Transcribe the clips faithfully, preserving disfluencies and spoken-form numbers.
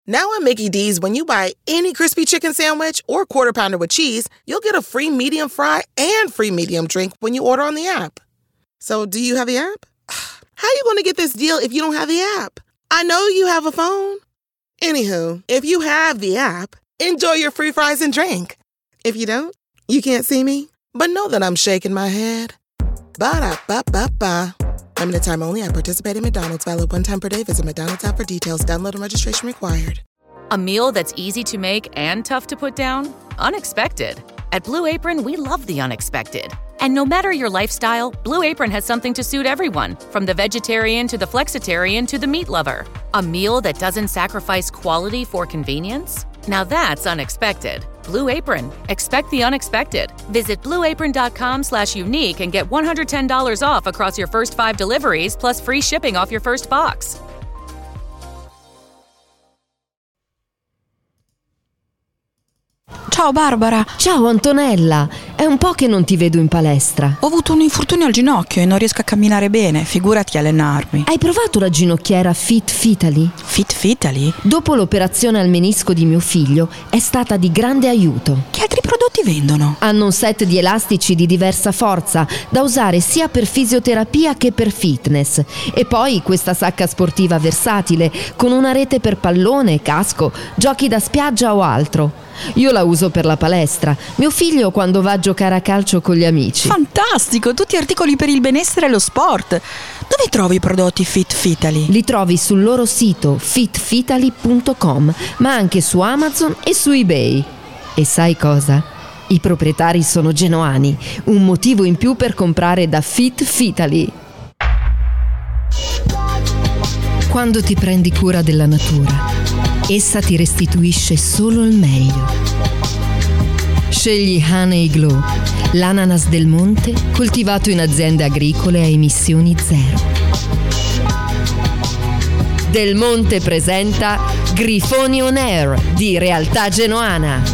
Now at Mickey D's, when you buy any crispy chicken sandwich or quarter pounder with cheese, you'll get a free medium fry and free medium drink when you order on the app. So, do you have the app? How you gonna get this deal if you don't have the app? I know you have a phone. Anywho, if you have the app, enjoy your free fries and drink. If you don't, you can't see me, but know that I'm shaking my head. Ba-da-ba-ba-ba. Limited time only at participating McDonald's. Valid one time per day. Visit McDonald's app for details. Download and registration required. A meal that's easy to make and tough to put down? Unexpected. At Blue Apron, we love the unexpected. And no matter your lifestyle, Blue Apron has something to suit everyone, from the vegetarian to the flexitarian to the meat lover. A meal that doesn't sacrifice quality for convenience? Now that's unexpected. Blue Apron. Expect the unexpected. Visit blueapron.com slash unique and get one hundred ten dollars off across your first five deliveries plus free shipping off your first box. Ciao Barbara. Ciao Antonella, è un po' che non ti vedo in palestra. Ho avuto un infortunio al ginocchio e non riesco a camminare bene, figurati allenarmi. Hai provato la ginocchiera Fit Fitali? Fit Fitali? Dopo l'operazione al menisco di mio figlio è stata di grande aiuto. Che altri prodotti vendono? Hanno un set di elastici di diversa forza da usare sia per fisioterapia che per fitness. E poi questa sacca sportiva versatile con una rete per pallone, casco, giochi da spiaggia o altro. Io la uso per la palestra, mio figlio quando va a giocare a calcio con gli amici. Fantastico, tutti articoli per il benessere e lo sport. Dove trovi i prodotti Fit Fitali? Li trovi sul loro sito fit fitali punto com, ma anche su Amazon e su eBay. E sai cosa? I proprietari sono genoani, un motivo in più per comprare da Fit Fitali. Quando ti prendi cura della natura, essa ti restituisce solo il meglio. Scegli Honey Glow, l'ananas del monte coltivato in aziende agricole a emissioni zero. Del Monte presenta Grifoni On Air di Realtà Genoana.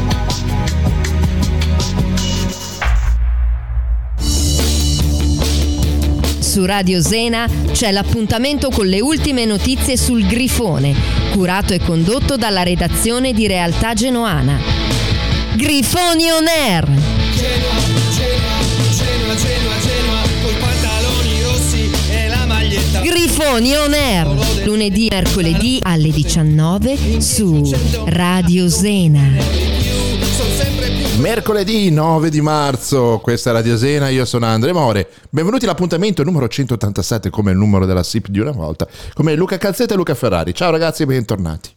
Su Radio Zena c'è l'appuntamento con le ultime notizie sul Grifone, curato e condotto dalla redazione di Realtà Genoana. Grifoni On Air! Genoa, Genoa, Genoa, Genoa, Genoa, coi pantaloni rossi e la maglietta. Grifoni On Air, lunedì e mercoledì alle diciannove su Radio Zena. Mercoledì nove di marzo, questa è Radio Zena, io sono Andre More. Benvenuti all'appuntamento numero centottantasette, come il numero della S I P di una volta, come Luca Calzetta e Luca Ferrari. Ciao ragazzi e bentornati.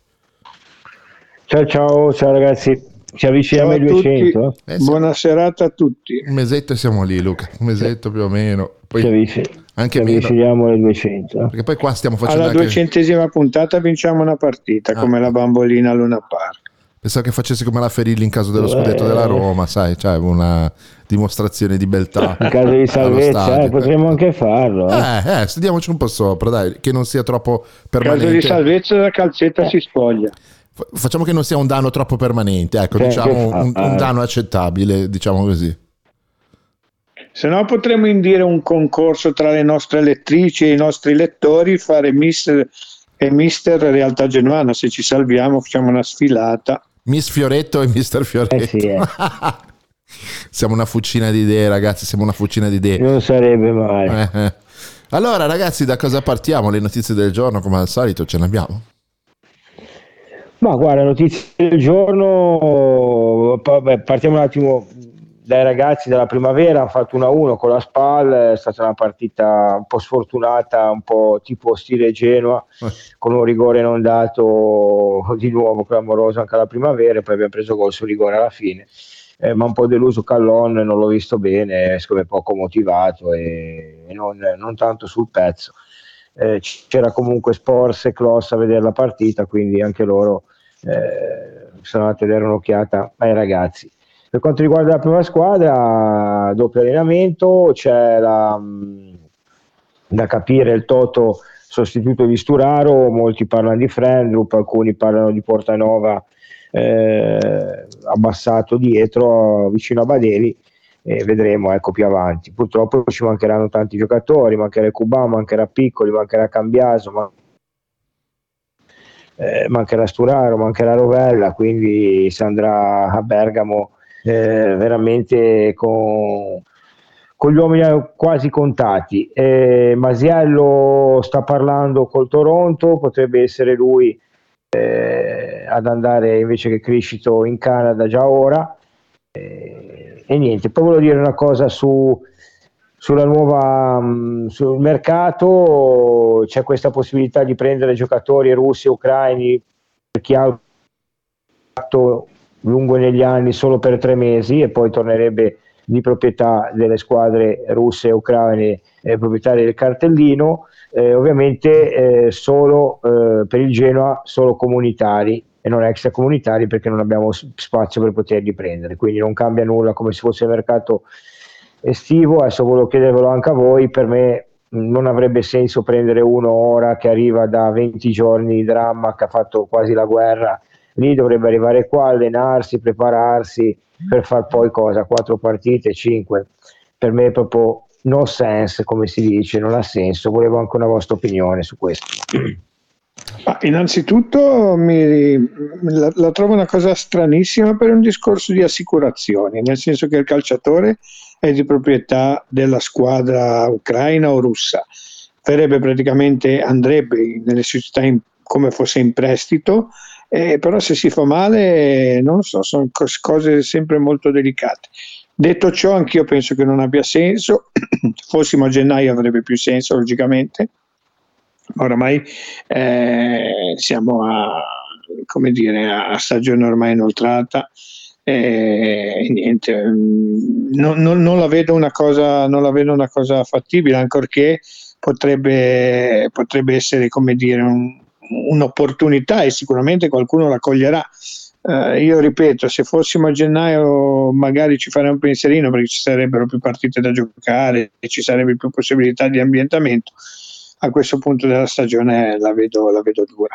Ciao ciao, ciao ragazzi, ci avviciniamo ai duecento. Eh, sì. Buona serata a tutti. Un mesetto e siamo lì, Luca, un mesetto più o meno. Poi ci avvic- anche ci avviciniamo ai duecento. Perché poi qua stiamo facendo alla anche... duecentesima puntata vinciamo una partita, ah. come la bambolina a Luna Park. Pensavo che facessi come la Ferilli in caso dello scudetto della Roma, sai, cioè una dimostrazione di beltà. In caso di salvezza, eh, potremmo anche farlo. Eh, eh, eh studiamoci un po' sopra, dai, che non sia troppo permanente. In caso di salvezza la Calzetta si spoglia. Facciamo che non sia un danno troppo permanente, ecco, Che- diciamo che fa- un, un eh. danno accettabile, diciamo così. Se no potremmo indire un concorso tra le nostre lettrici e i nostri lettori, fare mister e mister Realtà Genoana. Se ci salviamo facciamo una sfilata. Miss Fioretto e mister Fioretto. Eh sì, eh. Siamo una fucina di idee, ragazzi, siamo una fucina di idee. Non sarebbe male. Eh, eh. Allora, ragazzi, da cosa partiamo? Le notizie del giorno, come al solito, ce ne abbiamo? Ma guarda, notizie del giorno, vabbè, partiamo un attimo dai ragazzi della Primavera. Hanno fatto uno a uno con la Spal, è stata una partita un po' sfortunata, un po' tipo stile Genoa, Eh. con un rigore non dato di nuovo clamoroso anche alla Primavera, e poi abbiamo preso gol su rigore alla fine. Eh, ma un po' deluso Callon, non l'ho visto bene, secondo me poco motivato e, e non, non tanto sul pezzo. Eh, c'era comunque Spors e Kloss a vedere la partita, quindi anche loro eh, sono andati a dare un'occhiata ai ragazzi. Per quanto riguarda la prima squadra, doppio allenamento, c'è la, mh, da capire il Toto sostituto di Sturaro, molti parlano di Frendrup, alcuni parlano di Portanova eh, abbassato dietro, vicino a Badeli, e vedremo, ecco, più avanti. Purtroppo ci mancheranno tanti giocatori, mancherà Cuba, mancherà Piccoli, mancherà Cambiaso, ma eh, mancherà Sturaro, mancherà Rovella, quindi si andrà a Bergamo eh, veramente con, con gli uomini quasi contati. eh, Masiello sta parlando col Toronto, potrebbe essere lui eh, ad andare invece che Criscito in Canada già ora. eh, e niente, poi volevo dire una cosa su sulla nuova mh, sul mercato. C'è questa possibilità di prendere giocatori russi e ucraini per chi ha fatto lungo negli anni solo per tre mesi e poi tornerebbe di proprietà delle squadre russe e ucraine eh, proprietarie del cartellino. eh, ovviamente eh, solo eh, per il Genoa solo comunitari e non extracomunitari, perché non abbiamo spazio per poterli prendere, quindi non cambia nulla, come se fosse il mercato estivo. Adesso volevo chiedervelo anche a voi. Per me non avrebbe senso prendere uno ora che arriva da venti giorni di dramma, che ha fatto quasi la guerra lì, dovrebbe arrivare qua, allenarsi, prepararsi per far poi cosa, quattro partite, cinque. Per me è proprio no sense, come si dice, non ha senso. Volevo anche una vostra opinione su questo. Ma innanzitutto mi, la, la trovo una cosa stranissima per un discorso di assicurazioni, nel senso che il calciatore è di proprietà della squadra ucraina o russa, farebbe praticamente, andrebbe nelle società in, come fosse in prestito, eh, però se si fa male non lo so, sono cose sempre molto delicate. Detto ciò, anch'io penso che non abbia senso. Fossimo a gennaio avrebbe più senso, logicamente. Oramai eh, siamo a, come dire, a stagione ormai inoltrata. E niente, non, non, non la vedo una cosa, non la vedo una cosa fattibile, ancorché potrebbe, potrebbe essere, come dire, un, un'opportunità e sicuramente qualcuno la coglierà. Uh, io ripeto, se fossimo a gennaio magari ci farei un pensierino, perché ci sarebbero più partite da giocare e ci sarebbe più possibilità di ambientamento. A questo punto della stagione la vedo, la vedo dura.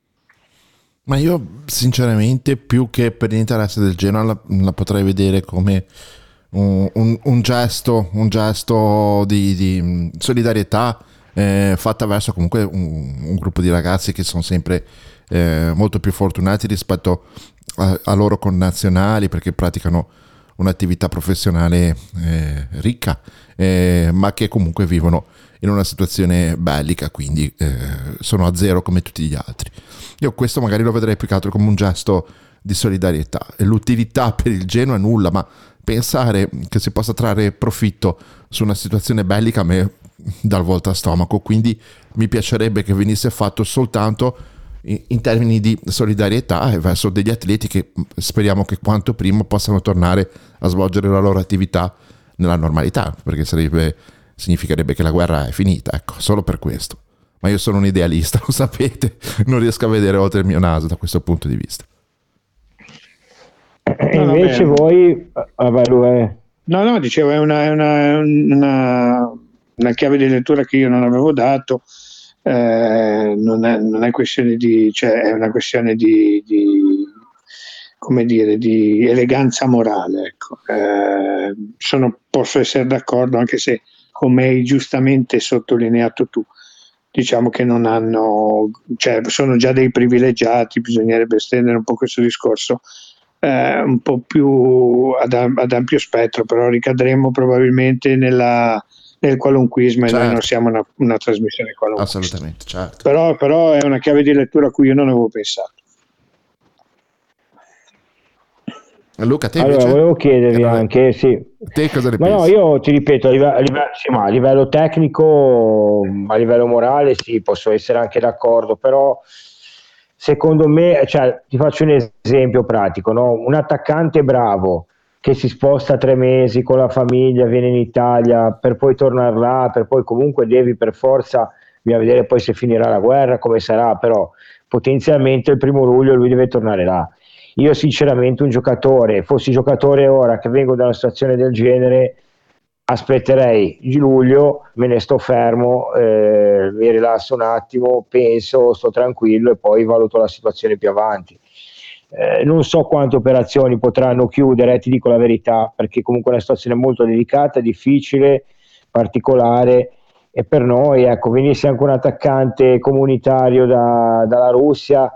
Ma io sinceramente, più che per l'interesse del Genoa, la, la potrei vedere come un, un, un gesto un gesto di, di solidarietà eh, fatta verso comunque un, un gruppo di ragazzi che sono sempre eh, molto più fortunati rispetto a, a loro connazionali, perché praticano un'attività professionale eh, ricca, eh, ma che comunque vivono in una situazione bellica, quindi eh, sono a zero come tutti gli altri. Io questo magari lo vedrei più che altro come un gesto di solidarietà, e l'utilità per il Genoa è nulla, ma pensare che si possa trarre profitto su una situazione bellica a me dà il volto a stomaco, quindi mi piacerebbe che venisse fatto soltanto in, in termini di solidarietà verso degli atleti che speriamo che quanto prima possano tornare a svolgere la loro attività nella normalità, perché sarebbe significherebbe che la guerra è finita, ecco, solo per questo. Ma io sono un idealista, lo sapete, non riesco a vedere oltre il mio naso da questo punto di vista. E invece voi... Ah, vai, lui. No, no, dicevo, è una, è una, una, una chiave di lettura che io non avevo dato, eh, non, è, non è questione di... cioè è una questione di... di come dire, di eleganza morale, ecco. Eh, sono, posso essere d'accordo, anche se, come hai giustamente sottolineato tu, diciamo che non hanno, cioè sono già dei privilegiati, bisognerebbe estendere un po' questo discorso eh, un po' più ad, ad ampio spettro, però ricadremo probabilmente nella, nel qualunquismo, certo. E noi non siamo una, una trasmissione qualunque. Assolutamente, certo. Però, però è una chiave di lettura a cui io non avevo pensato. Luca, te allora invece? volevo chiedervi eh, anche sì. Te cosa ne ma pensi? no, io ti ripeto, a livello, a, livello, sì, ma a livello tecnico, a livello morale sì, posso essere anche d'accordo, però secondo me, cioè, ti faccio un esempio pratico, no? Un attaccante bravo che si sposta tre mesi con la famiglia, viene in Italia per poi tornare là, per poi comunque devi per forza, bisogna vedere poi se finirà la guerra, come sarà, però potenzialmente il primo luglio lui deve tornare là. Io sinceramente un giocatore, fossi giocatore ora che vengo da una situazione del genere, aspetterei di luglio, me ne sto fermo, eh, mi rilasso un attimo, penso, sto tranquillo e poi valuto la situazione più avanti. Eh, non so quante operazioni potranno chiudere, ti dico la verità, perché comunque è una situazione molto delicata, difficile, particolare, e per noi, ecco, venisse anche un attaccante comunitario da, dalla Russia,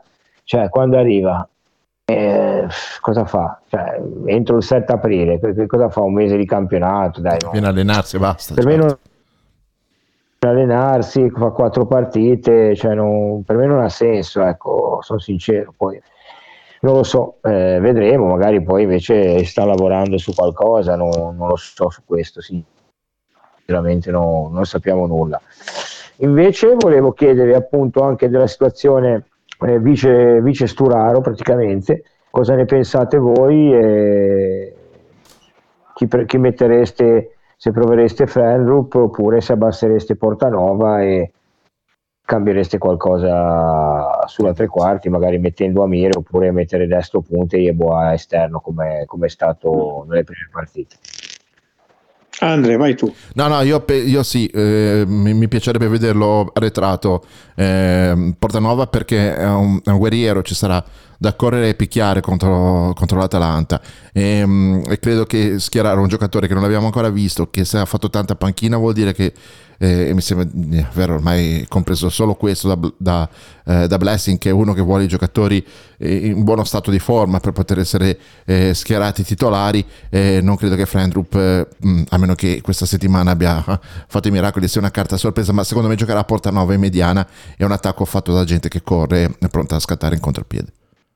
cioè quando arriva eh, cosa fa? Cioè, entro il sette aprile che cosa fa? Un mese di campionato, dai, no? Viene a allenarsi e basta. Per certo. me non allenarsi, fa quattro partite, cioè non, per me non ha senso, ecco, sono sincero. Poi non lo so, eh, vedremo, magari poi invece sta lavorando su qualcosa, non, non lo so su questo, sì. Veramente no, non sappiamo nulla. Invece volevo chiedere appunto anche della situazione eh, vice, vice Sturaro, praticamente cosa ne pensate voi e chi, chi mettereste, se provereste Frendrup oppure se abbassereste Portanova e cambiereste qualcosa sulla tre quarti, magari mettendo Amir oppure mettere destro punte e Yeboah esterno come è stato nelle prime partite. Andre, vai tu. No, no, io, io sì, eh, mi, mi piacerebbe vederlo arretrato eh, Portanova perché è un, è un guerriero, ci sarà da correre e picchiare contro, contro l'Atalanta e, e credo che schierare un giocatore che non abbiamo ancora visto, che se ha fatto tanta panchina vuol dire che eh, mi sembra eh, vero ormai compreso solo questo da, da, eh, da Blessing, che è uno che vuole i giocatori eh, in buono stato di forma per poter essere eh, schierati titolari. Eh, non credo che Frendrup eh, a meno che questa settimana abbia fatto i miracoli sia una carta sorpresa, ma secondo me giocherà a Portanova in mediana, è un attacco fatto da gente che corre, è pronta a scattare in contropiede.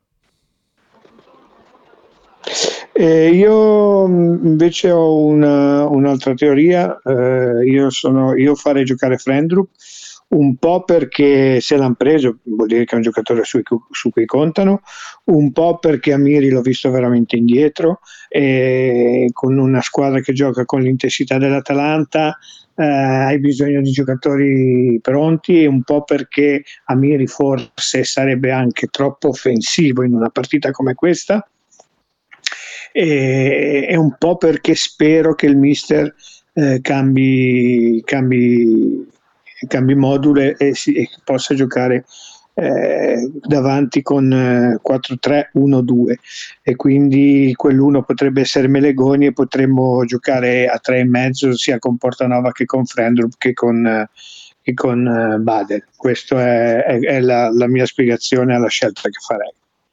Eh, io invece ho una, un'altra teoria, eh, io, sono, io farei giocare Frendrup un po' perché se l'hanno preso vuol dire che è un giocatore su, su cui contano, un po' perché Amiri l'ho visto veramente indietro e con una squadra che gioca con l'intensità dell'Atalanta eh, hai bisogno di giocatori pronti, e un po' perché Amiri forse sarebbe anche troppo offensivo in una partita come questa, e, e un po' perché spero che il mister eh, cambi, cambi, cambi modulo e, si, e possa giocare eh, davanti con eh, quattro tre uno due, e quindi quell'uno potrebbe essere Melegoni e potremmo giocare a tre e mezzo sia con Portanova che con Frendrup che con, eh, che con eh, Badel. Questa è, è, è la, la mia spiegazione alla scelta che farei.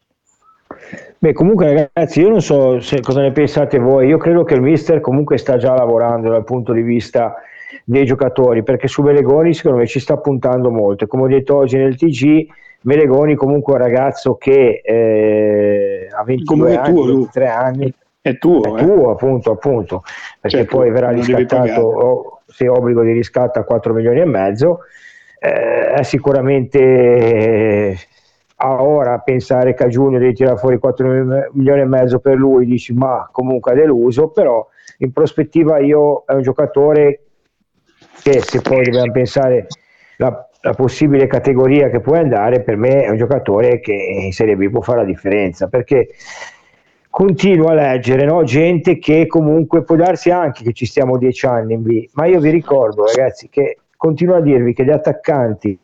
Beh, comunque ragazzi, io non so se, cosa ne pensate voi. Io credo che il mister comunque sta già lavorando dal punto di vista dei giocatori, perché su Melegoni secondo me ci sta puntando molto. Come ho detto oggi nel T G, Melegoni comunque è un ragazzo che eh, ha ventidue anni, ventitré anni, è tuo, è eh. tuo appunto, appunto perché certo, poi verrà riscattato, o, se obbligo di riscatto a quattro milioni e mezzo, eh, è sicuramente eh, a ora pensare che a giugno devi tirare fuori quattro milioni e mezzo per lui, dici ma comunque ha deluso, però in prospettiva io è un giocatore che, se poi dobbiamo pensare la, la possibile categoria che può andare, per me è un giocatore che in Serie B può fare la differenza, perché continuo a leggere, no? Gente che comunque può darsi anche che ci stiamo dieci anni in B, ma io vi ricordo ragazzi che continuo a dirvi che gli attaccanti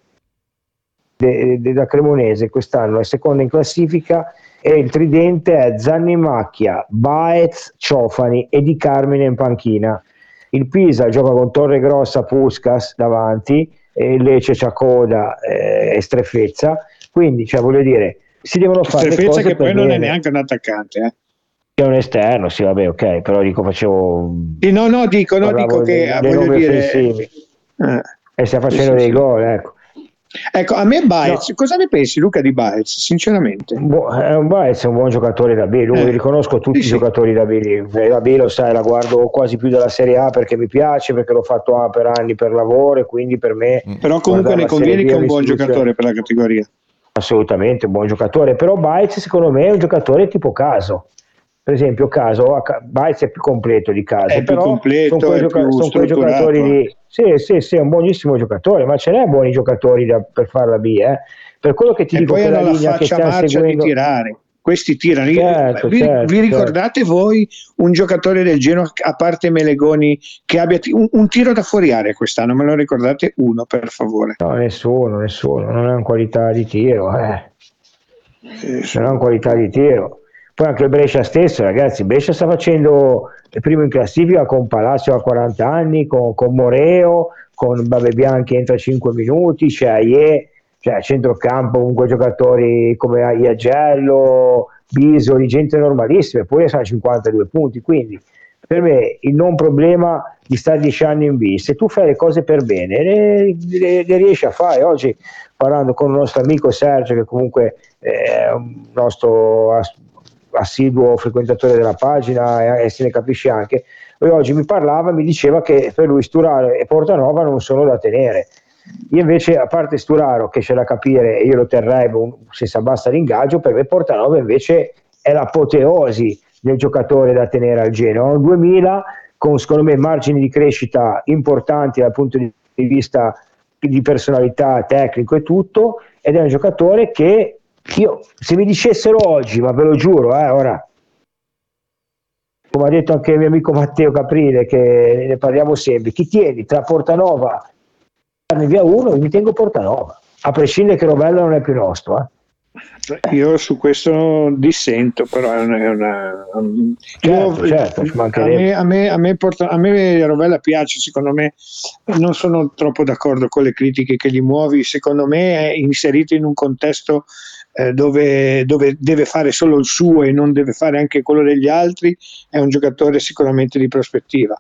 de, de, da Cremonese quest'anno è secondo in classifica e il tridente è Zanni Macchia, Baez, Ciofani e Di Carmine in panchina. Il Pisa gioca con Torregrossa, Puskas davanti, e il Lecce c'ha Coda eh, e Strefezza, quindi cioè voglio dire si devono fare le cose che poi non bene. è neanche un attaccante, eh. È un esterno, sì vabbè, ok, però dico facevo sì, no no dico, no, dico che dei, voglio dei dire eh. e sta facendo sì, dei sì, gol, ecco. Ecco, a me Baez, no. Cosa ne pensi Luca di Baez, sinceramente? Bo- è un Baez è un buon giocatore da B, lui eh. riconosco tutti sì, i giocatori da B, la B lo sai, la guardo quasi più della Serie A perché mi piace, perché l'ho fatto A per anni per lavoro e quindi per me però comunque ne conviene che è un buon giocatore per la categoria. Assolutamente un buon giocatore, però Baez secondo me è un giocatore tipo Caso, per esempio Caso, Baez è più completo di Caso, è però più completo, sono quei, è gioca- più sono quei giocatori di sì, sì, sì, è un buonissimo giocatore, ma ce n'è buoni giocatori da, per fare la B, eh. Per quello che ti e dico poi che hanno la, la linea faccia che marcia seguendo... di tirare, questi tirano. Certo, vi, certo, vi ricordate certo. voi un giocatore del Genoa, a parte Melegoni, che abbia t- un, un tiro da fuori area quest'anno? Me lo ricordate uno, per favore? No, nessuno, nessuno, non ha qualità di tiro, eh. non ha qualità di tiro. Poi anche il Brescia stesso, ragazzi, Brescia sta facendo il primo in classifica con Palacio a quaranta anni, con, con Moreo, con Babe Bianchi entra cinque minuti, c'è Aie, cioè centrocampo comunque giocatori come Iagello, Bisoli, gente normalissima, eppure sono a cinquantadue punti, quindi per me il non problema di stare dieci anni in B, se tu fai le cose per bene le, le, le riesci a fare. Oggi parlando con un nostro amico Sergio, che comunque è un nostro assiduo frequentatore della pagina e se ne capisce anche, lui oggi mi parlava, mi diceva che per lui Sturaro e Portanova non sono da tenere. Io invece, a parte Sturaro che c'è da capire, io lo terrei se si abbassa l'ingaggio, per me Portanova invece è l'apoteosi del giocatore da tenere al Genoa, un duemila con secondo me margini di crescita importanti dal punto di vista di personalità, tecnico e tutto, ed è un giocatore che io, se mi dicessero oggi, ma ve lo giuro, eh, ora come ha detto anche il mio amico Matteo Caprile, che ne parliamo sempre, chi tieni tra Portanova e via uno, mi tengo Portanova, a prescindere che Rovella non è più nostro, eh. Io su questo dissento, però è una, è una certo, io, certo, a me, a me, a me, porta, a me Rovella piace, secondo me non sono troppo d'accordo con le critiche che gli muovi, secondo me è inserito in un contesto eh, dove, dove deve fare solo il suo e non deve fare anche quello degli altri, è un giocatore sicuramente di prospettiva.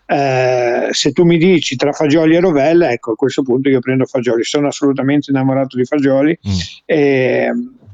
Eh, se tu mi dici tra Fagioli e Rovella, ecco, a questo punto io prendo Fagioli, sono assolutamente innamorato di Fagioli, mm. e,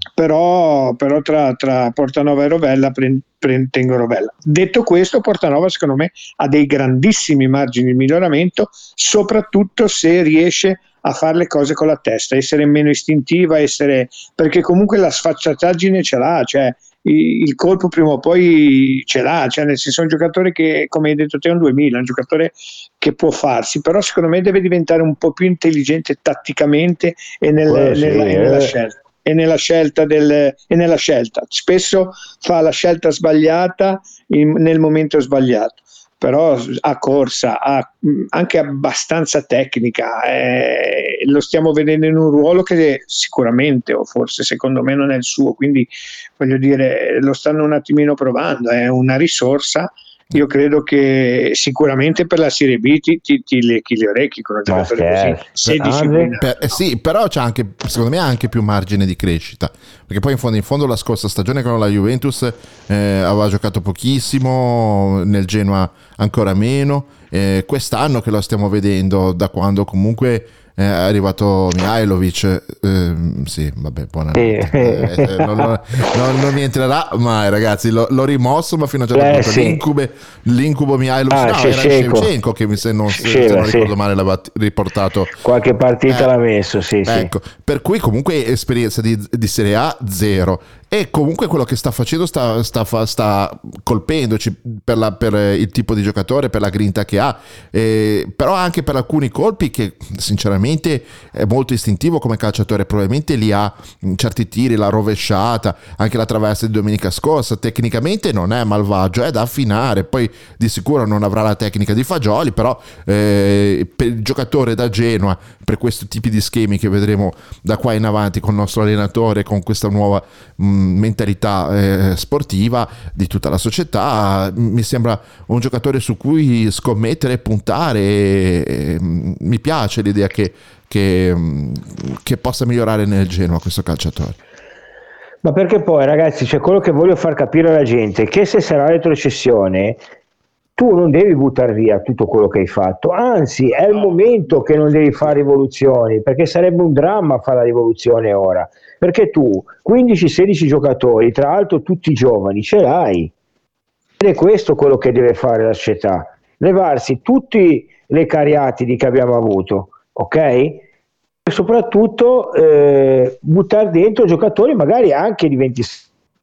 però, però tra, tra Portanova e Rovella pre, pre, tengo Rovella. Detto questo, Portanova secondo me ha dei grandissimi margini di miglioramento, soprattutto se riesce a fare le cose con la testa, essere meno istintiva, essere, perché comunque la sfacciataggine ce l'ha, cioè il colpo prima o poi ce l'ha, cioè nel senso è un giocatore che, come hai detto te, è un duemila, è un giocatore che può farsi, però secondo me deve diventare un po' più intelligente tatticamente e, nel, oh, sì, nella, eh. nella scelta e nella scelta del, e nella scelta spesso fa la scelta sbagliata in, nel momento sbagliato, però ha corsa, ha anche abbastanza tecnica, eh, lo stiamo vedendo in un ruolo che sicuramente, o forse secondo me non è il suo, quindi voglio dire, lo stanno un attimino provando, è una risorsa. Io credo che sicuramente per la Serie B ti, ti, ti lecchi le orecchie con un giocatore così, se disciplinato. Per, eh sì, però c'è anche, secondo me, ha anche più margine di crescita, perché poi in fondo, in fondo la scorsa stagione con la Juventus eh, aveva giocato pochissimo, nel Genoa ancora meno, eh, quest'anno che lo stiamo vedendo, da quando comunque è arrivato Mihajlovic, eh, sì, vabbè, buonanotte. Eh, eh, non, non, non, non mi entrerà mai, ragazzi. L'ho, l'ho rimosso, ma fino a un certo eh, punto. Sì. L'incube, l'incubo Mihajlovic, ah, no, Shevchenko. era Shevchenko che se non, se, se non ricordo sì. male l'aveva riportato. Qualche partita eh, l'ha messo, sì, ecco. sì. Per cui comunque esperienza di, di Serie A zero. E comunque quello che sta facendo sta, sta, sta colpendoci per, la, per il tipo di giocatore, per la grinta che ha, eh, però anche per alcuni colpi che sinceramente è molto istintivo come calciatore, probabilmente li ha certi tiri, la rovesciata, anche la traversa di domenica scorsa, tecnicamente non è malvagio, è da affinare, poi di sicuro non avrà la tecnica di Fagioli, però eh, per il giocatore da Genoa, per questi tipi di schemi che vedremo da qua in avanti con il nostro allenatore, con questa nuova mh, mentalità eh, sportiva di tutta la società, mi sembra un giocatore su cui scommettere e puntare, e, e, mi piace l'idea che, che, che possa migliorare nel Genoa questo calciatore. Ma perché poi, ragazzi, c'è quello che voglio far capire alla gente, che se sarà retrocessione tu non devi buttare via tutto quello che hai fatto, anzi è il momento che non devi fare rivoluzioni, perché sarebbe un dramma fare la rivoluzione ora, perché tu quindici sedici giocatori, tra l'altro tutti giovani, ce l'hai, ed è questo quello che deve fare la società, levarsi tutti le cariatidi che abbiamo avuto, ok? E soprattutto eh, buttare dentro giocatori magari anche di ventisei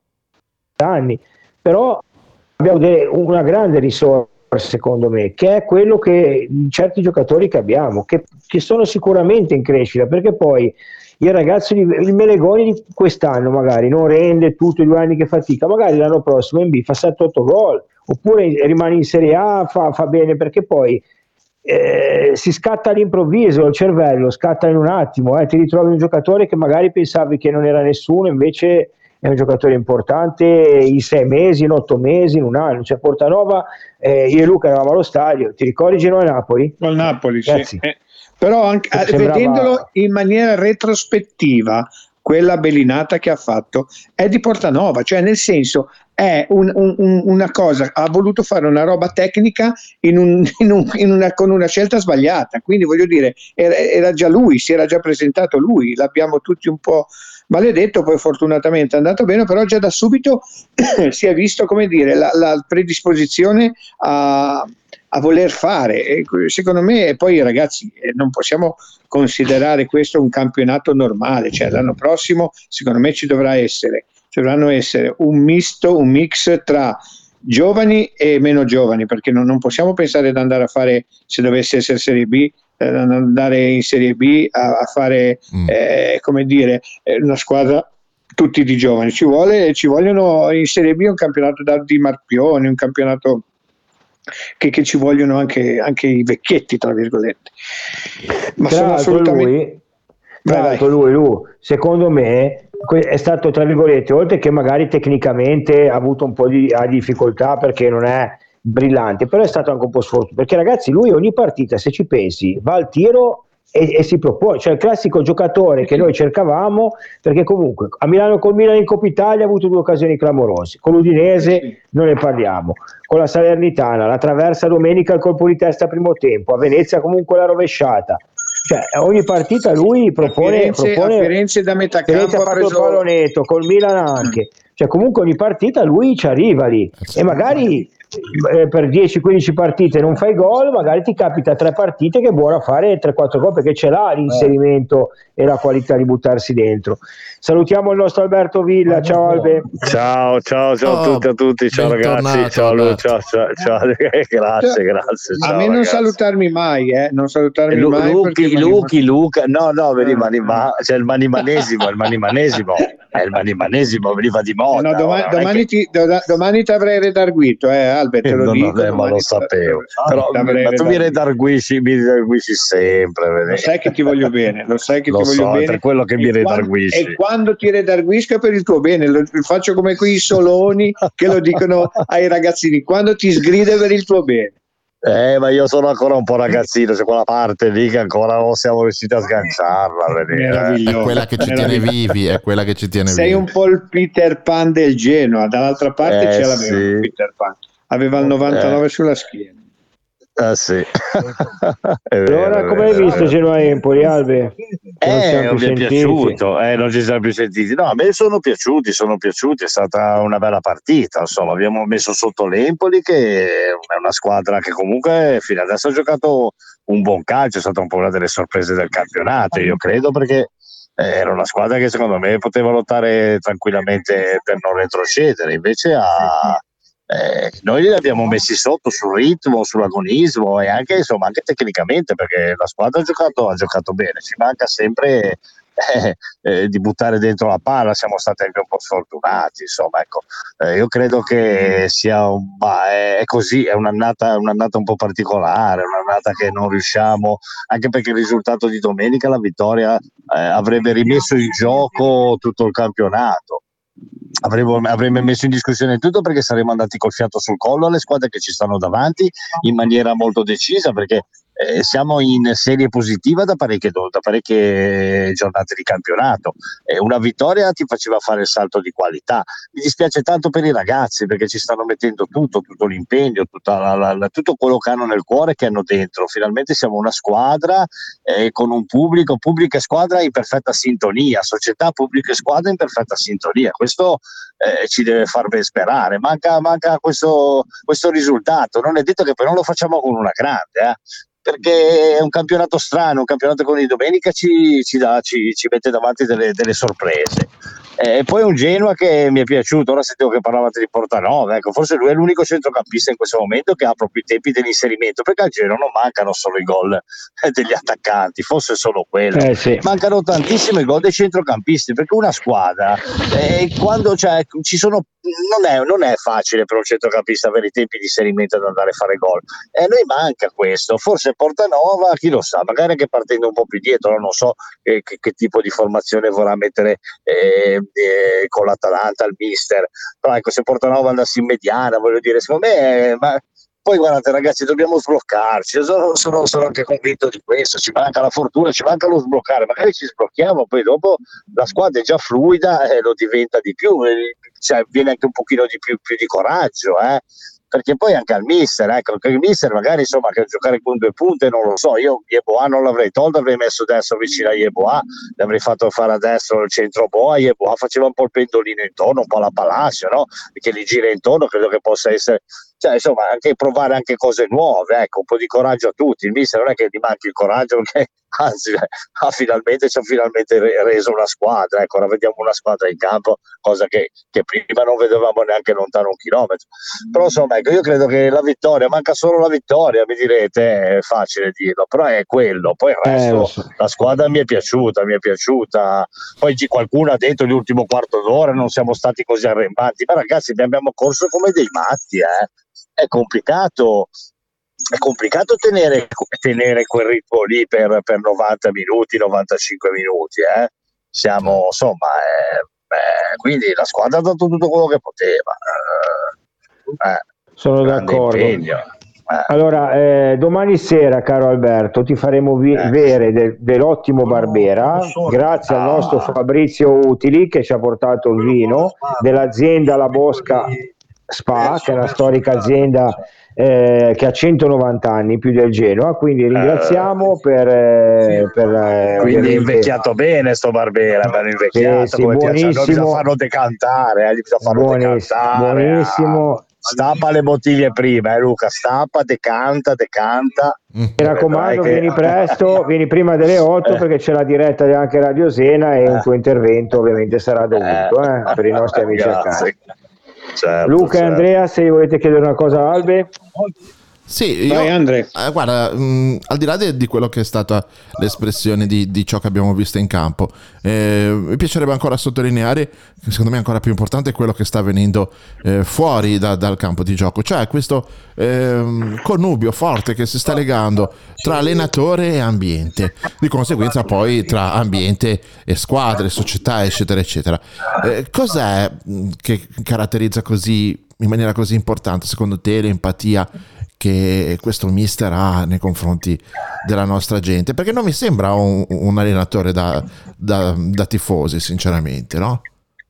anni, però abbiamo delle, una grande risorsa secondo me, che è quello che certi giocatori che abbiamo, che, che sono sicuramente in crescita, perché poi il ragazzo, di, il Melegoni di quest'anno magari non rende tutto i due anni che fatica, magari l'anno prossimo in B fa sette otto gol, oppure rimane in Serie A, fa, fa bene, perché poi eh, si scatta all'improvviso, il cervello scatta in un attimo, eh, ti ritrovi un giocatore che magari pensavi che non era nessuno, invece è un giocatore importante in sei mesi, in otto mesi, in un anno. Cioè Portanova, eh, io e Luca eravamo allo stadio, ti ricordi Genoa-Napoli? Al Napoli, Ragazzi, sì. Eh, però anche, sembrava... vedendolo in maniera retrospettiva, quella belinata che ha fatto è di Portanova, cioè nel senso è un, un, una cosa, ha voluto fare una roba tecnica in un, in un, in una, con una scelta sbagliata, quindi voglio dire era, era già lui, si era già presentato lui, l'abbiamo tutti un po' maledetto, poi fortunatamente è andato bene, però già da subito si è visto, come dire, la, la predisposizione a, a voler fare, e secondo me, e poi ragazzi non possiamo considerare questo un campionato normale, cioè l'anno prossimo secondo me ci dovrà essere dovranno essere un misto, un mix tra giovani e meno giovani, perché non, non possiamo pensare ad andare a fare, se dovesse essere Serie B, eh, andare in Serie B a, a fare mm. eh, come dire una squadra tutti di giovani, ci vuole, ci vogliono in Serie B un campionato da, di Marpione, un campionato che, che ci vogliono anche, anche i vecchietti tra virgolette, ma tra sono assolutamente lui, tra l'altro lui, lui secondo me è stato, tra virgolette, oltre che magari tecnicamente ha avuto un po' di difficoltà perché non è brillante, però è stato anche un po' sfortunato, perché ragazzi lui ogni partita, se ci pensi, va al tiro e, e si propone, cioè il classico giocatore che noi cercavamo, perché comunque a Milano col Milan in Coppa Italia ha avuto due occasioni clamorose, con l'Udinese non ne parliamo, con la Salernitana la traversa domenica al colpo di testa primo tempo, a Venezia comunque la rovesciata, cioè ogni partita lui propone, Firenze, propone a Firenze da metà Firenze campo ha ha fatto preso il pallonetto, col Milan anche, cioè comunque ogni partita lui ci arriva lì e magari eh, per dieci quindici partite non fai gol, magari ti capita tre partite che è buono a fare tre quattro gol perché ce l'ha l'inserimento e la qualità di buttarsi dentro. Salutiamo il nostro Alberto Villa, ciao Albe. Ciao, ciao, ciao a tutti, a tutti, ciao ragazzi, ciao Lu, ciao, ciao, ciao. grazie, grazie. A ciao, me non ragazzi. salutarmi mai, eh, non salutarmi Lu, mai. Luchi, Luchi, Luca, no, no, veniva di ma, c'è il manimanesimo, il manimanesimo, è il manimanesimo, veniva di moda. No, domani, ora, domani, che... ti, do, domani ti avrei redarguito, eh, Albert, te lo no, dico. No, ma lo sapevo, però ma tu mi redarguisci, mi redarguisci sempre. Vedi? Lo sai che ti voglio bene, lo sai che lo ti voglio so, bene. Per quello che e mi quando, redarguisci. E quando ti redarguisco è per il tuo bene, lo faccio come quei soloni che lo dicono ai ragazzini, quando ti sgrida è per il tuo bene. Eh, ma io sono ancora un po' ragazzino, c'è quella parte lì che ancora non siamo riusciti a sganciarla. Vedere. È quella che ci tiene vivi, è quella che ci tiene Sei vivi. un po' il Peter Pan del Genoa, dall'altra parte eh, ce l'aveva sì. il Peter Pan, aveva il novantanove eh. sulla schiena. Ah sì. Allora come hai visto Genoa Empoli, Albe? Eh, non mi è piaciuto, eh, non ci siamo più sentiti. No, a me sono piaciuti, sono piaciuti, è stata una bella partita, insomma, abbiamo messo sotto l'Empoli che è una squadra che comunque fino adesso ha giocato un buon calcio, è stata un po' una delle sorprese del campionato, io credo, perché era una squadra che secondo me poteva lottare tranquillamente per non retrocedere, invece ha Eh, noi li abbiamo messi sotto sul ritmo, sull'agonismo e anche insomma anche tecnicamente, perché la squadra ha giocato, ha giocato bene, ci manca sempre eh, eh, di buttare dentro la palla, siamo stati anche un po' sfortunati, insomma, ecco, eh, io credo che sia un, bah, è, è così, è un'annata, un'annata un po' particolare, un'annata che non riusciamo, anche perché il risultato di domenica, la vittoria, eh, avrebbe rimesso in gioco tutto il campionato. Avremmo, avremmo messo in discussione tutto, perché saremmo andati col fiato sul collo alle squadre che ci stanno davanti in maniera molto decisa, perché eh, siamo in serie positiva da parecchie, da parecchie giornate di campionato e una vittoria ti faceva fare il salto di qualità. Mi dispiace tanto per i ragazzi, perché ci stanno mettendo tutto, tutto l'impegno, tutta la, la, la, tutto quello che hanno nel cuore, che hanno dentro. Finalmente siamo una squadra eh, con un pubblico, pubblico e squadra in perfetta sintonia, società, pubblico e squadra in perfetta sintonia. Questo eh, ci deve far ben sperare. Manca, manca questo, questo risultato. Non è detto che però lo facciamo con una grande, eh. Perché è un campionato strano, un campionato con di domenica ci, ci, dà, ci, ci mette davanti delle, delle sorprese. E eh, poi un Genoa che mi è piaciuto, ora sentivo che parlavate di Portanova, ecco, forse lui è l'unico centrocampista in questo momento che ha proprio i tempi dell'inserimento, perché al Genoa non mancano solo i gol degli attaccanti, forse solo quello, eh sì. mancano tantissimo i gol dei centrocampisti, perché una squadra eh, quando cioè, ci sono non è, non è facile per un centrocampista avere i tempi di inserimento ad andare a fare gol, e a noi manca questo. Forse Portanova, chi lo sa, magari anche partendo un po' più dietro, non so eh, che, che tipo di formazione vorrà mettere eh, eh, con l'Atalanta il mister, però ecco, se Portanova andasse in mediana, voglio dire, secondo me eh, ma Poi guardate ragazzi, dobbiamo sbloccarci, io sono, sono, sono anche convinto di questo, ci manca la fortuna, ci manca lo sbloccare, magari ci sblocchiamo, poi dopo la squadra è già fluida e lo diventa di più, e, cioè, viene anche un pochino di più, più di coraggio, eh? Perché poi anche al mister, ecco, che il mister magari insomma che giocare con due punte non lo so, io Yeboah non l'avrei tolto, avrei messo destro vicino a Yeboah, l'avrei fatto fare a destra il centro boa, Yeboah faceva un po' il pendolino intorno, un po' la Palacio, no? Perché li gira intorno, credo che possa essere, cioè insomma anche provare anche cose nuove, ecco, un po' di coraggio a tutti, il mister non è che gli manchi il coraggio, perché anzi ha finalmente, ci ha finalmente reso una squadra, ecco, ora vediamo una squadra in campo, cosa che, che prima non vedevamo neanche lontano un chilometro, però insomma ecco, io credo che la vittoria, manca solo la vittoria, mi direte, è facile dirlo, però è quello, poi il resto, eh, so. La squadra mi è piaciuta, mi è piaciuta, poi qualcuno ha detto l'ultimo quarto d'ora non siamo stati così arrembanti, ma ragazzi abbiamo corso come dei matti, eh. È complicato è complicato tenere, tenere quel ritmo lì per, per novanta minuti, novantacinque minuti, eh? Siamo insomma eh, eh, quindi la squadra ha dato tutto quello che poteva, eh, sono d'accordo impegno. Allora eh, domani sera, caro Alberto, ti faremo vi- eh. vedere de- dell'ottimo Barbera, grazie al nostro Fabrizio Utili che ci ha portato il vino dell'azienda La Bosca Spa, che è una storica azienda eh, che ha centonovanta anni, più del Genoa, quindi ringraziamo per, eh, per eh, quindi è invecchiato bene sto Barbera, bello invecchiato, sì, sì, come buonissimo, piace. Bisogna farlo decantare, eh, bisogna farlo buonissimo, decantare, buonissimo. Ah. Stappa le bottiglie prima, eh Luca, stappa, decanta, decanta. Mi raccomando, che... vieni presto, vieni prima delle otto eh. perché c'è la diretta di anche Radio Sena e eh. un tuo intervento ovviamente sarà dovuto eh, per i nostri amici a casa. Certo, Luca certo. E Andrea, se volete chiedere una cosa a Albe. Sì, io, Vai, Andre. Eh, guarda, mh, al di là de, di quello che è stata l'espressione di, di ciò che abbiamo visto in campo, eh, mi piacerebbe ancora sottolineare che secondo me è ancora più importante quello che sta avvenendo eh, fuori da, dal campo di gioco, cioè questo eh, connubio forte che si sta legando tra allenatore e ambiente, di conseguenza poi tra ambiente e squadre, società, eccetera, eccetera. Eh, cos'è che caratterizza così, in maniera così importante, secondo te, l'empatia che questo mister ha nei confronti della nostra gente? Perché non mi sembra un, un allenatore da, da, da tifosi, sinceramente, no?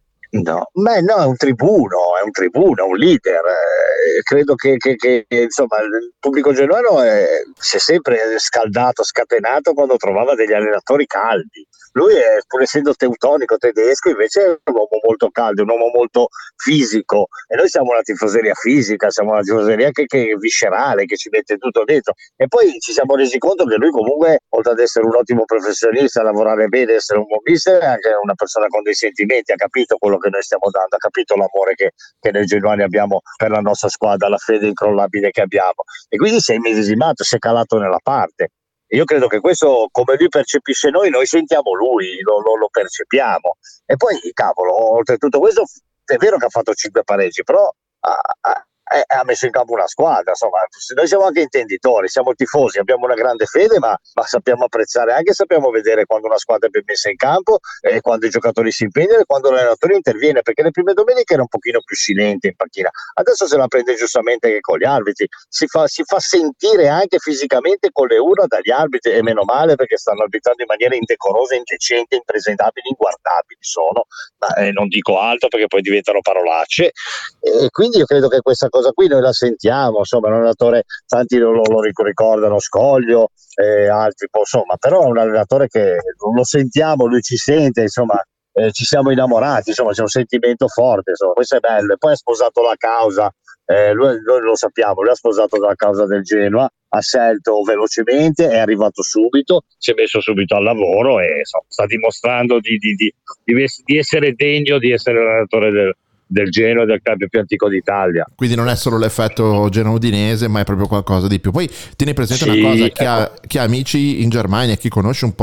No, beh, no, è un tribuno, è un tribuno, un leader. Eh, credo che, che, che insomma il pubblico genuano è, si è sempre scaldato, scatenato quando trovava degli allenatori caldi. Lui è, pur essendo teutonico tedesco, invece è un uomo molto caldo, un uomo molto fisico, e noi siamo una tifoseria fisica, siamo una tifoseria che, che è viscerale, che ci mette tutto dentro, e poi ci siamo resi conto che lui comunque, oltre ad essere un ottimo professionista, a lavorare bene, essere un buon mister, è anche una persona con dei sentimenti, ha capito quello che noi stiamo dando, ha capito l'amore che, che noi genuani abbiamo per la nostra squadra, la fede incrollabile che abbiamo, e quindi si è immedesimato, si è calato nella parte. Io credo che questo, come lui percepisce noi, noi sentiamo lui, lo, lo, lo percepiamo. E poi, cavolo, oltre a tutto questo, è vero che ha fatto cinque pareggi, però ha, ha, ha messo in campo una squadra. Insomma, noi siamo anche intenditori, siamo tifosi, abbiamo una grande fede, ma, ma sappiamo apprezzare anche, sappiamo vedere quando una squadra è ben messa in campo, e quando i giocatori si impegnano e quando l'allenatore interviene, perché le prime domeniche era un pochino più silente in panchina, adesso se la prende giustamente anche con gli arbitri, si fa, si fa sentire anche fisicamente con le urla dagli arbitri, e meno male, perché stanno arbitrando in maniera indecorosa, indecente, impresentabili, inguardabili sono, ma eh, non dico altro perché poi diventano parolacce, e quindi io credo che questa cosa qui noi la sentiamo, insomma, un allenatore, tanti lo, lo ricordano, Scoglio e altri, insomma, però è un allenatore che lo sentiamo, lui ci sente, insomma, eh, ci siamo innamorati, insomma, c'è un sentimento forte, insomma, questo è bello. E poi ha sposato la causa, eh, lui, noi lo sappiamo, lui ha sposato la causa del Genoa, ha scelto velocemente, è arrivato subito, si è messo subito al lavoro e insomma, sta dimostrando di, di, di, di, di essere degno di essere l'allenatore del del Genoa, del club più antico d'Italia. Quindi non è solo l'effetto genoa-udinese, ma è proprio qualcosa di più. Poi tieni presente sì, una cosa, chi, ecco. ha, chi ha amici in Germania, chi conosce un po'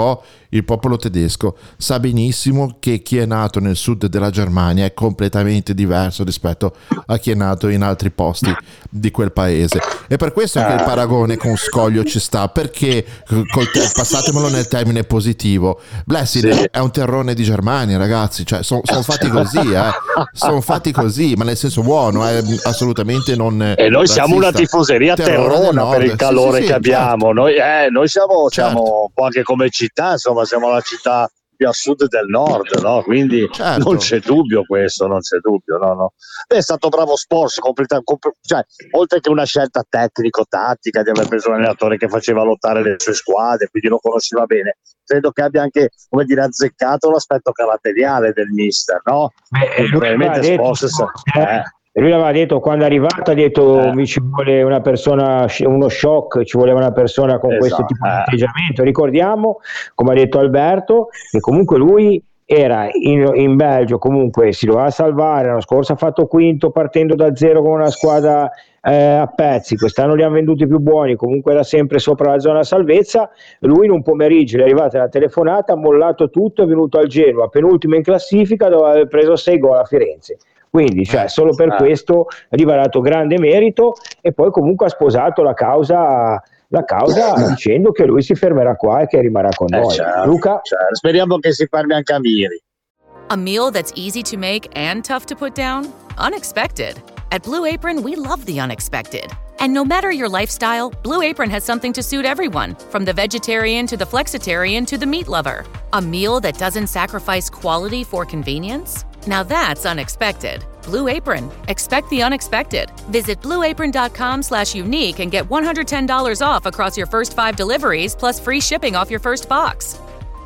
il popolo tedesco sa benissimo che chi è nato nel sud della Germania è completamente diverso rispetto a chi è nato in altri posti di quel paese, e per questo che il paragone con Scoglio ci sta, perché col te- passatemelo nel termine positivo, Blessing sì. è un terrone di Germania, ragazzi, cioè sono son fatti così eh. sono fatti così, ma nel senso buono, eh, assolutamente non e noi razzista. Siamo una tifoseria terrona per il calore sì, sì, che sì, abbiamo certo. noi, eh, noi siamo, certo. siamo anche come città, insomma siamo la città più a sud del nord, no? Quindi certo. non c'è dubbio questo, non c'è dubbio, no, no. Beh, è stato bravo Sports, completa, comp- cioè, oltre che una scelta tecnico-tattica di aver preso un allenatore che faceva lottare le sue squadre, quindi lo conosceva bene, credo che abbia anche, come dire, azzeccato l'aspetto caratteriale del mister, no? Beh, probabilmente Sports eh. Lui aveva detto, quando è arrivato, ha detto eh. mi ci vuole una persona, uno shock, ci voleva una persona con esatto. questo tipo di atteggiamento. Ricordiamo, come ha detto Alberto, che comunque lui era in, in Belgio, comunque si doveva salvare, l'anno scorso ha fatto quinto partendo da zero con una squadra eh, a pezzi, quest'anno li hanno venduti più buoni, comunque era sempre sopra la zona salvezza. Lui in un pomeriggio è arrivata la telefonata, ha mollato tutto, è venuto al Genoa, penultimo in classifica, dove aveva preso sei gol a Firenze. Quindi cioè, solo per ah. questo ha rivelato grande merito, e poi comunque ha sposato la causa, la causa dicendo che lui si fermerà qua e che rimarrà con eh, noi. Certo, Luca? Certo. Speriamo che si fermi anche a Miri. A meal that's easy to make and tough to put down? Unexpected. At Blue Apron, we love the unexpected. And no matter your lifestyle, Blue Apron has something to suit everyone, from the vegetarian to the flexitarian to the meat lover. A meal that doesn't sacrifice quality for convenience? Now that's unexpected. Blue Apron. Expect the unexpected. Visit blueapron.com slash unique and get one hundred ten dollars off across your first five deliveries plus free shipping off your first box.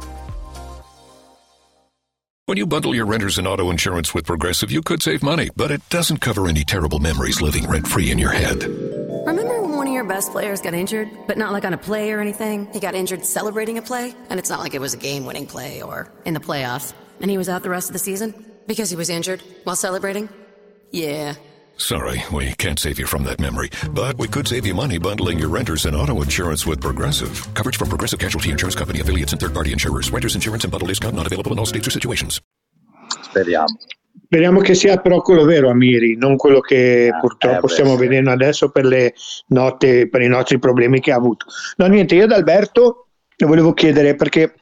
When you bundle your renters and auto insurance with Progressive, you could save money, but it doesn't cover any terrible memories living rent-free in your head. Remember when one of your best players got injured, but not like on a play or anything? He got injured celebrating a play, and it's not like it was a game-winning play or in the playoffs, and he was out the rest of the season? Because he was injured while celebrating? Yeah. Sorry, we can't save you from that memory, but we could save you money bundling your renters and auto insurance with Progressive. Coverage from Progressive Casualty Insurance Company, affiliates and third-party insurers. Renters insurance and bundle discount not available in all states or situations. Speriamo. Speriamo che sia però quello vero, Amiri, non quello che ah, purtroppo eh, stiamo sì. vedendo adesso per le note, per i nostri problemi che ha avuto. No, niente, io ad Alberto le volevo chiedere, perché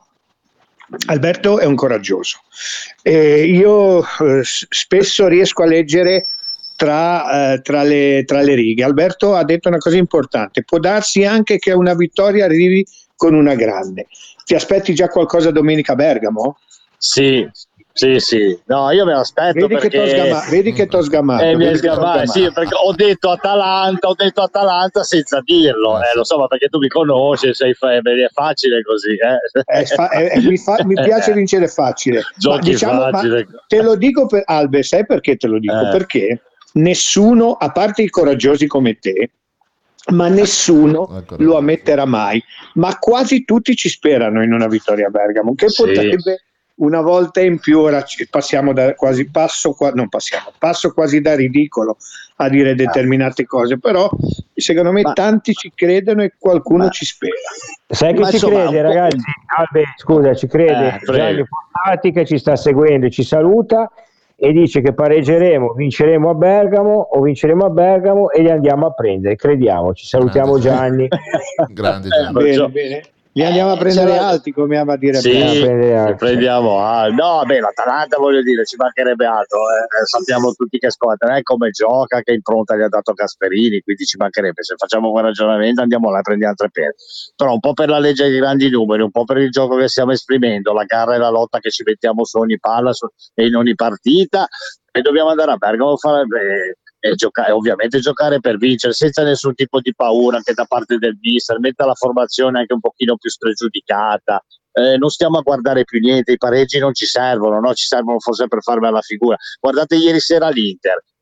Alberto è un coraggioso. Eh, io eh, spesso riesco a leggere tra, eh, tra, le, tra le righe. Alberto ha detto una cosa importante: può darsi anche che una vittoria arrivi con una grande. Ti aspetti già qualcosa domenica a Bergamo? Sì, sì, sì. No, io me l'aspetto vedi perché... Che t'ho sgama- vedi che t'ho sgamato. Eh, mi vedi sgamato, sì, perché ho detto Atalanta, ho detto Atalanta senza dirlo, eh, lo so, ma perché tu mi conosci, sei fa- è facile così. Eh. È fa- è, mi, fa- mi piace vincere facile. Giochi ma, diciamo, facile. Ma te lo dico per Albe, sai perché te lo dico? Eh. Perché nessuno, a parte i coraggiosi come te, ma nessuno lo ammetterà mai, ma quasi tutti ci sperano in una vittoria a Bergamo, che sì. potrebbe una volta in più. Ora passiamo da quasi passo qua, non passiamo passo quasi da ridicolo a dire determinate cose, però secondo me ma, tanti ci credono e qualcuno ma, ci spera. Sai che ci insomma, crede, ragazzi? Albe, scusa, ci crede eh, Gianni Portati, che ci sta seguendo e ci saluta e dice che pareggeremo, vinceremo a Bergamo o vinceremo a Bergamo e li andiamo a prendere, crediamoci. Salutiamo Gianni. Grande Gianni. Bene, bene. Li andiamo a prendere alti, come ama a dire. Sì, a prendiamo alti. No, beh, l'Atalanta, voglio dire, ci mancherebbe altro. Eh. Sappiamo tutti che squadra non è, come gioca, che impronta gli ha dato Gasperini, quindi ci mancherebbe. Se facciamo quel ragionamento andiamo là e prendiamo altre pere. Però un po' per la legge dei grandi numeri, un po' per il gioco che stiamo esprimendo, la gara e la lotta che ci mettiamo su ogni palla su, e in ogni partita, e dobbiamo andare a Bergamo a fare... Eh, E giocare, ovviamente giocare per vincere senza nessun tipo di paura anche da parte del mister, metta la formazione anche un pochino più spregiudicata, eh, non stiamo a guardare più niente, i pareggi non ci servono, no? Ci servono forse per farmi la figura. Guardate ieri sera l'Inter,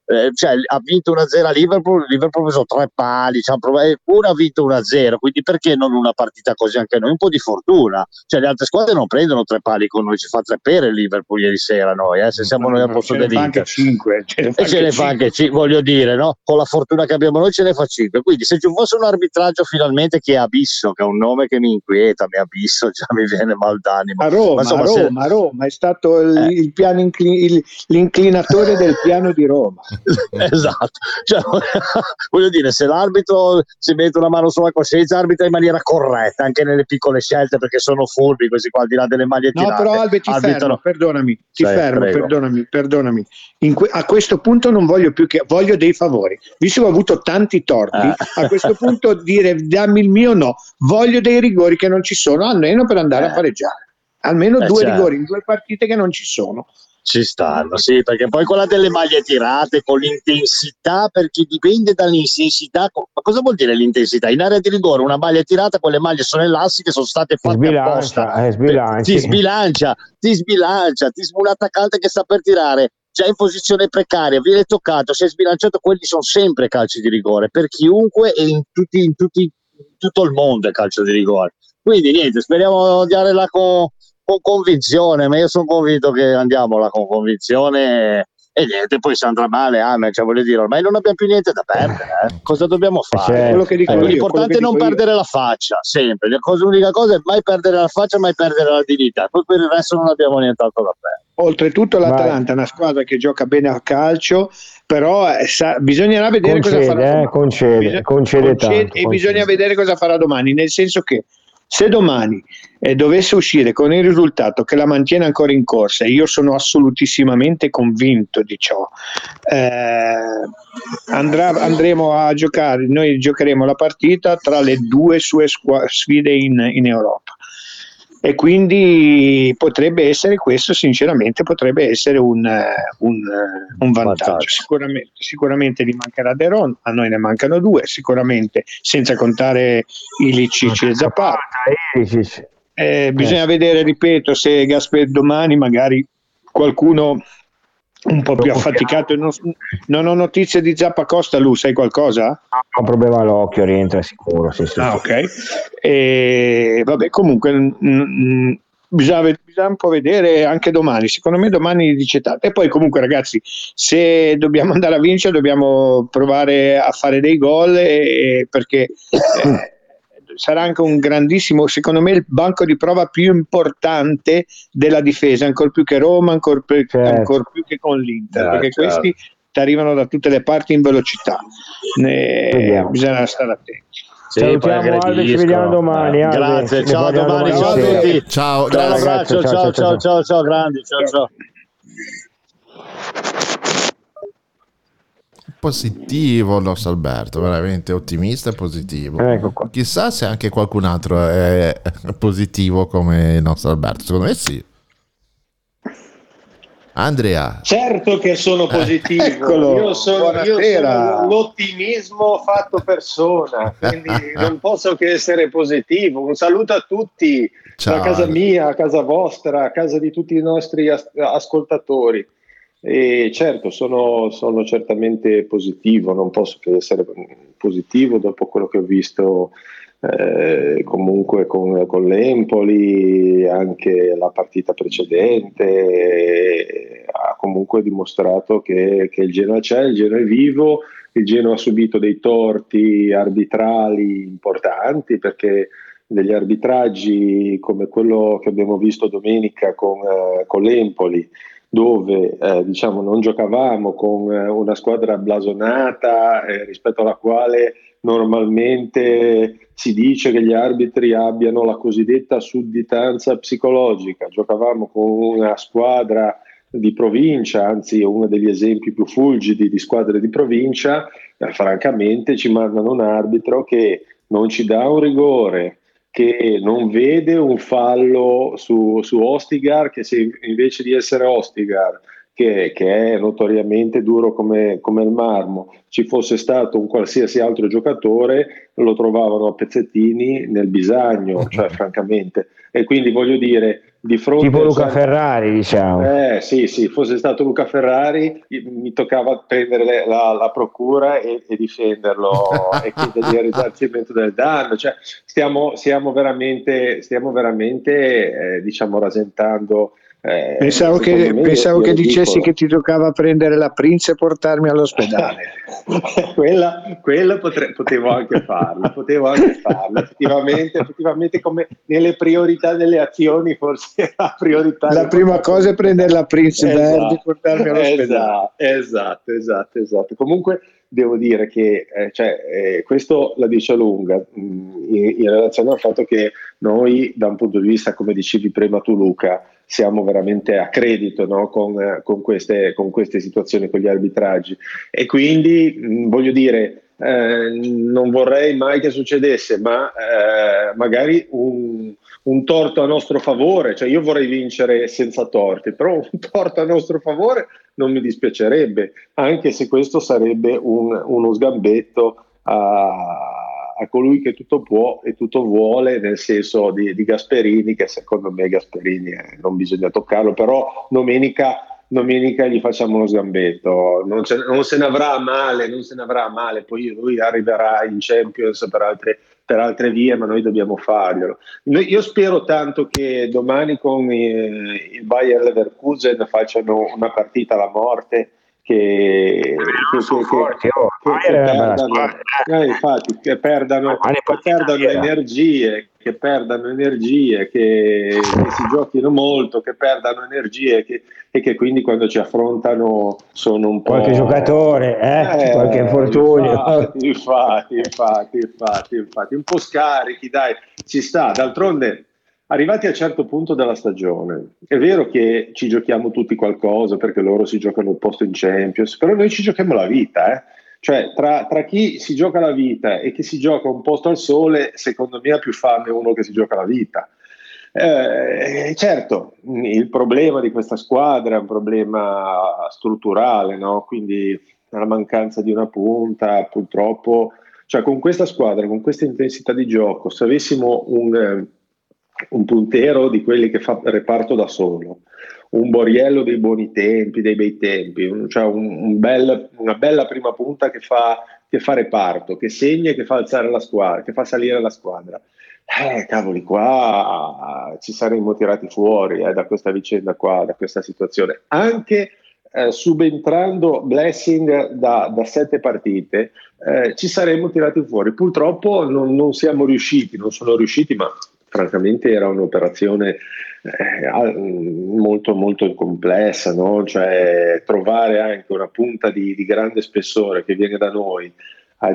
eh, cioè, ha vinto uno a zero a Liverpool, Liverpool ha preso tre pali, cioè, una ha vinto uno a zero, quindi perché non una partita così anche noi? Un po' di fortuna, cioè le altre squadre non prendono tre pali con noi, ci fa tre pere il Liverpool ieri sera noi, eh, se siamo noi al posto dell'Inter. cinque, ce ne fa e ce ne fa anche cinque, voglio dire, no? Con la fortuna che abbiamo noi ce ne fa cinque, quindi se ci fosse un arbitraggio finalmente che è Abisso, che è un nome che mi inquieta, mi Abisso, già mi viene mal d'animo. A Roma, ma insomma, a Roma, se... a Roma è stato il, eh. il piano incli- il, l'inclinatore del piano di Roma. Esatto, cioè, voglio dire, se l'arbitro si mette una mano sulla coscienza, arbitra in maniera corretta anche nelle piccole scelte, perché sono furbi questi qua al di là delle maglie no tirate. Però Albe ti arbitrano... fermo, perdonami ti sì, fermo prego. perdonami perdonami In que- a questo punto non voglio più che voglio dei favori, visto che ho avuto tanti torti eh. a questo punto dire dammi il mio, no, voglio dei rigori che non ci sono almeno per andare eh. a pareggiare, almeno eh, due certo. rigori in due partite che non ci sono. Ci stanno, sì, perché poi quella delle maglie tirate con l'intensità, perché dipende dall'intensità. Ma cosa vuol dire l'intensità? In area di rigore una maglia tirata, quelle maglie sono elastiche, sono state fatte sbilancia, apposta. Eh, sbilanci. Ti sbilancia, ti sbilancia, ti un attaccante che sta per tirare già in posizione precaria, viene toccato, si è sbilanciato, quelli sono sempre calci di rigore, per chiunque e in, tutti, in, tutti, in tutto il mondo è calcio di rigore. Quindi niente, speriamo di darla con... con convinzione, ma io sono convinto che andiamo là con convinzione e niente, poi se andrà male, ah, cioè voglio dire, ormai non abbiamo più niente da perdere, eh? Cosa dobbiamo fare? Certo. Quello che dico eh, io, l'importante è non perdere io. la faccia, sempre, l'unica cosa è mai perdere la faccia, mai perdere la dignità, poi per il resto non abbiamo nient'altro da perdere. Oltretutto l'Atalanta è una squadra che gioca bene a calcio, però eh, sa, bisognerà vedere concede, cosa farà eh, domani. concede, Bisogna, concede, concede tanto, e concede. bisogna vedere cosa farà domani, nel senso che se domani eh, dovesse uscire con il risultato che la mantiene ancora in corsa, e io sono assolutissimamente convinto di ciò, eh, andrà, andremo a giocare, noi giocheremo la partita tra le due sue squ- sfide in, in Europa. E quindi potrebbe essere questo, sinceramente potrebbe essere un, un, un vantaggio. Sicuramente, sicuramente gli mancherà De Ron, a noi ne mancano due, sicuramente, senza contare Ilicic e Zapata. Eh, bisogna eh. vedere, ripeto, se Gasper domani magari qualcuno un po' più affaticato. Non, non ho notizie di Zappacosta, Lu, sai qualcosa? Ha un problema all'occhio, rientra sicuro. Sì, sì, ah, sì. ok. E, vabbè, comunque mh, mh, bisogna, bisogna un po' vedere anche domani. Secondo me domani dice tanto. E poi comunque, ragazzi, se dobbiamo andare a vincere, dobbiamo provare a fare dei gol, e, perché eh, sarà anche un grandissimo, secondo me, il banco di prova più importante della difesa, ancora più che Roma, ancora più, certo. ancora più che con l'Inter, certo, perché certo. questi ti arrivano da tutte le parti in velocità. Ne, bisogna stare attenti. Sì, salutiamo Albe, ci vediamo domani. Albe. Grazie, ciao domani, ciao a tutti. Ciao, ciao, un abbraccio, ciao, ciao, ciao, ciao, ciao, grandi, ciao, ciao. Positivo il nostro Alberto, veramente ottimista e positivo. Ecco qua. Chissà se anche qualcun altro è positivo come il nostro Alberto. Secondo me sì. Andrea. Certo che sono positivo. Eh, eccolo. Io sono, io sono l'ottimismo fatto persona, quindi non posso che essere positivo. Un saluto a tutti, ciao. A casa mia, a casa vostra, a casa di tutti i nostri as- ascoltatori. E certo, sono, sono certamente positivo, non posso che essere positivo dopo quello che ho visto eh, comunque con, con l'Empoli, anche la partita precedente eh, ha comunque dimostrato che, che il Genoa c'è, il Genoa è vivo, il Genoa ha subito dei torti arbitrali importanti, perché degli arbitraggi come quello che abbiamo visto domenica con, eh, con l'Empoli, dove eh, diciamo non giocavamo con eh, una squadra blasonata eh, rispetto alla quale normalmente si dice che gli arbitri abbiano la cosiddetta sudditanza psicologica, giocavamo con una squadra di provincia, anzi uno degli esempi più fulgidi di squadre di provincia, eh, francamente ci mandano un arbitro che non ci dà un rigore, che non vede un fallo su, su Ostigar, che se invece di essere Ostigar, che, che è notoriamente duro come, come il marmo, ci fosse stato un qualsiasi altro giocatore, lo trovavano a pezzettini nel bisagno, cioè francamente. E quindi voglio dire, di fronte tipo Luca cioè, Ferrari, diciamo. Eh sì, sì, fosse stato Luca Ferrari mi toccava prendere la, la procura e, e difenderlo e chiedergli il risarcimento del danno. Cioè, stiamo, stiamo veramente, stiamo veramente eh, diciamo rasentando. Eh, pensavo che, me, pensavo che dicessi ridicolo. che ti toccava prendere la Prince e portarmi all'ospedale. quella, quella potre, potevo anche farlo, potevo anche farlo. Effettivamente, effettivamente, come nelle priorità delle azioni, forse la priorità. La prima cosa è prendere la Prince esatto, Verde e portarmi all'ospedale. Esatto, esatto, esatto. Comunque devo dire che eh, cioè, eh, questo la dice lunga mh, in, in relazione al fatto che noi, da un punto di vista, come dicevi prima tu Luca, siamo veramente a credito, no? con, eh, con, queste, con queste situazioni, con gli arbitraggi, e quindi mh, voglio dire eh, non vorrei mai che succedesse, ma eh, magari un, un torto a nostro favore, cioè io vorrei vincere senza torti, però un torto a nostro favore non mi dispiacerebbe, anche se questo sarebbe un, uno sgambetto a, a colui che tutto può e tutto vuole, nel senso di, di Gasperini, che secondo me Gasperini eh, non bisogna toccarlo, però domenica, domenica gli facciamo uno sgambetto, non, ce, non se ne avrà male, non se ne avrà male, poi lui arriverà in Champions per altre, per altre vie, ma noi dobbiamo farglielo. Io spero tanto che domani con eh, il Bayer Leverkusen facciano una partita alla morte, che, che, che, forti, oh. che, che perdano, eh, infatti, che perdano, che perdano energie, che perdano energie, che, che si giochino molto, che perdano energie, che, e che quindi quando ci affrontano sono un po' qualche giocatore, eh? Eh, qualche infortunio. Infatti, infatti, infatti, infatti, infatti, un po' scarichi, dai, ci sta. D'altronde, arrivati a un certo punto della stagione, è vero che ci giochiamo tutti qualcosa perché loro si giocano il posto in Champions, però noi ci giochiamo la vita, eh? Cioè tra, tra chi si gioca la vita e chi si gioca un posto al sole, secondo me ha più fame uno che si gioca la vita. Eh, certo, il problema di questa squadra è un problema strutturale, no? Quindi la mancanza di una punta, purtroppo, cioè con questa squadra, con questa intensità di gioco, se avessimo un un puntero di quelli che fa reparto da solo, un Borriello dei buoni tempi, dei bei tempi, un, cioè un, un bel, una bella prima punta che fa, che fa reparto, che segna e che fa alzare la squadra, che fa salire la squadra. Eh, cavoli, qua ci saremmo tirati fuori eh, da questa vicenda qua, da questa situazione. Anche eh, subentrando Blessing da, da sette partite, eh, ci saremmo tirati fuori. Purtroppo non, non siamo riusciti, non sono riusciti, ma francamente era un'operazione eh, molto molto complessa, no? Cioè trovare anche una punta di, di grande spessore che viene da noi a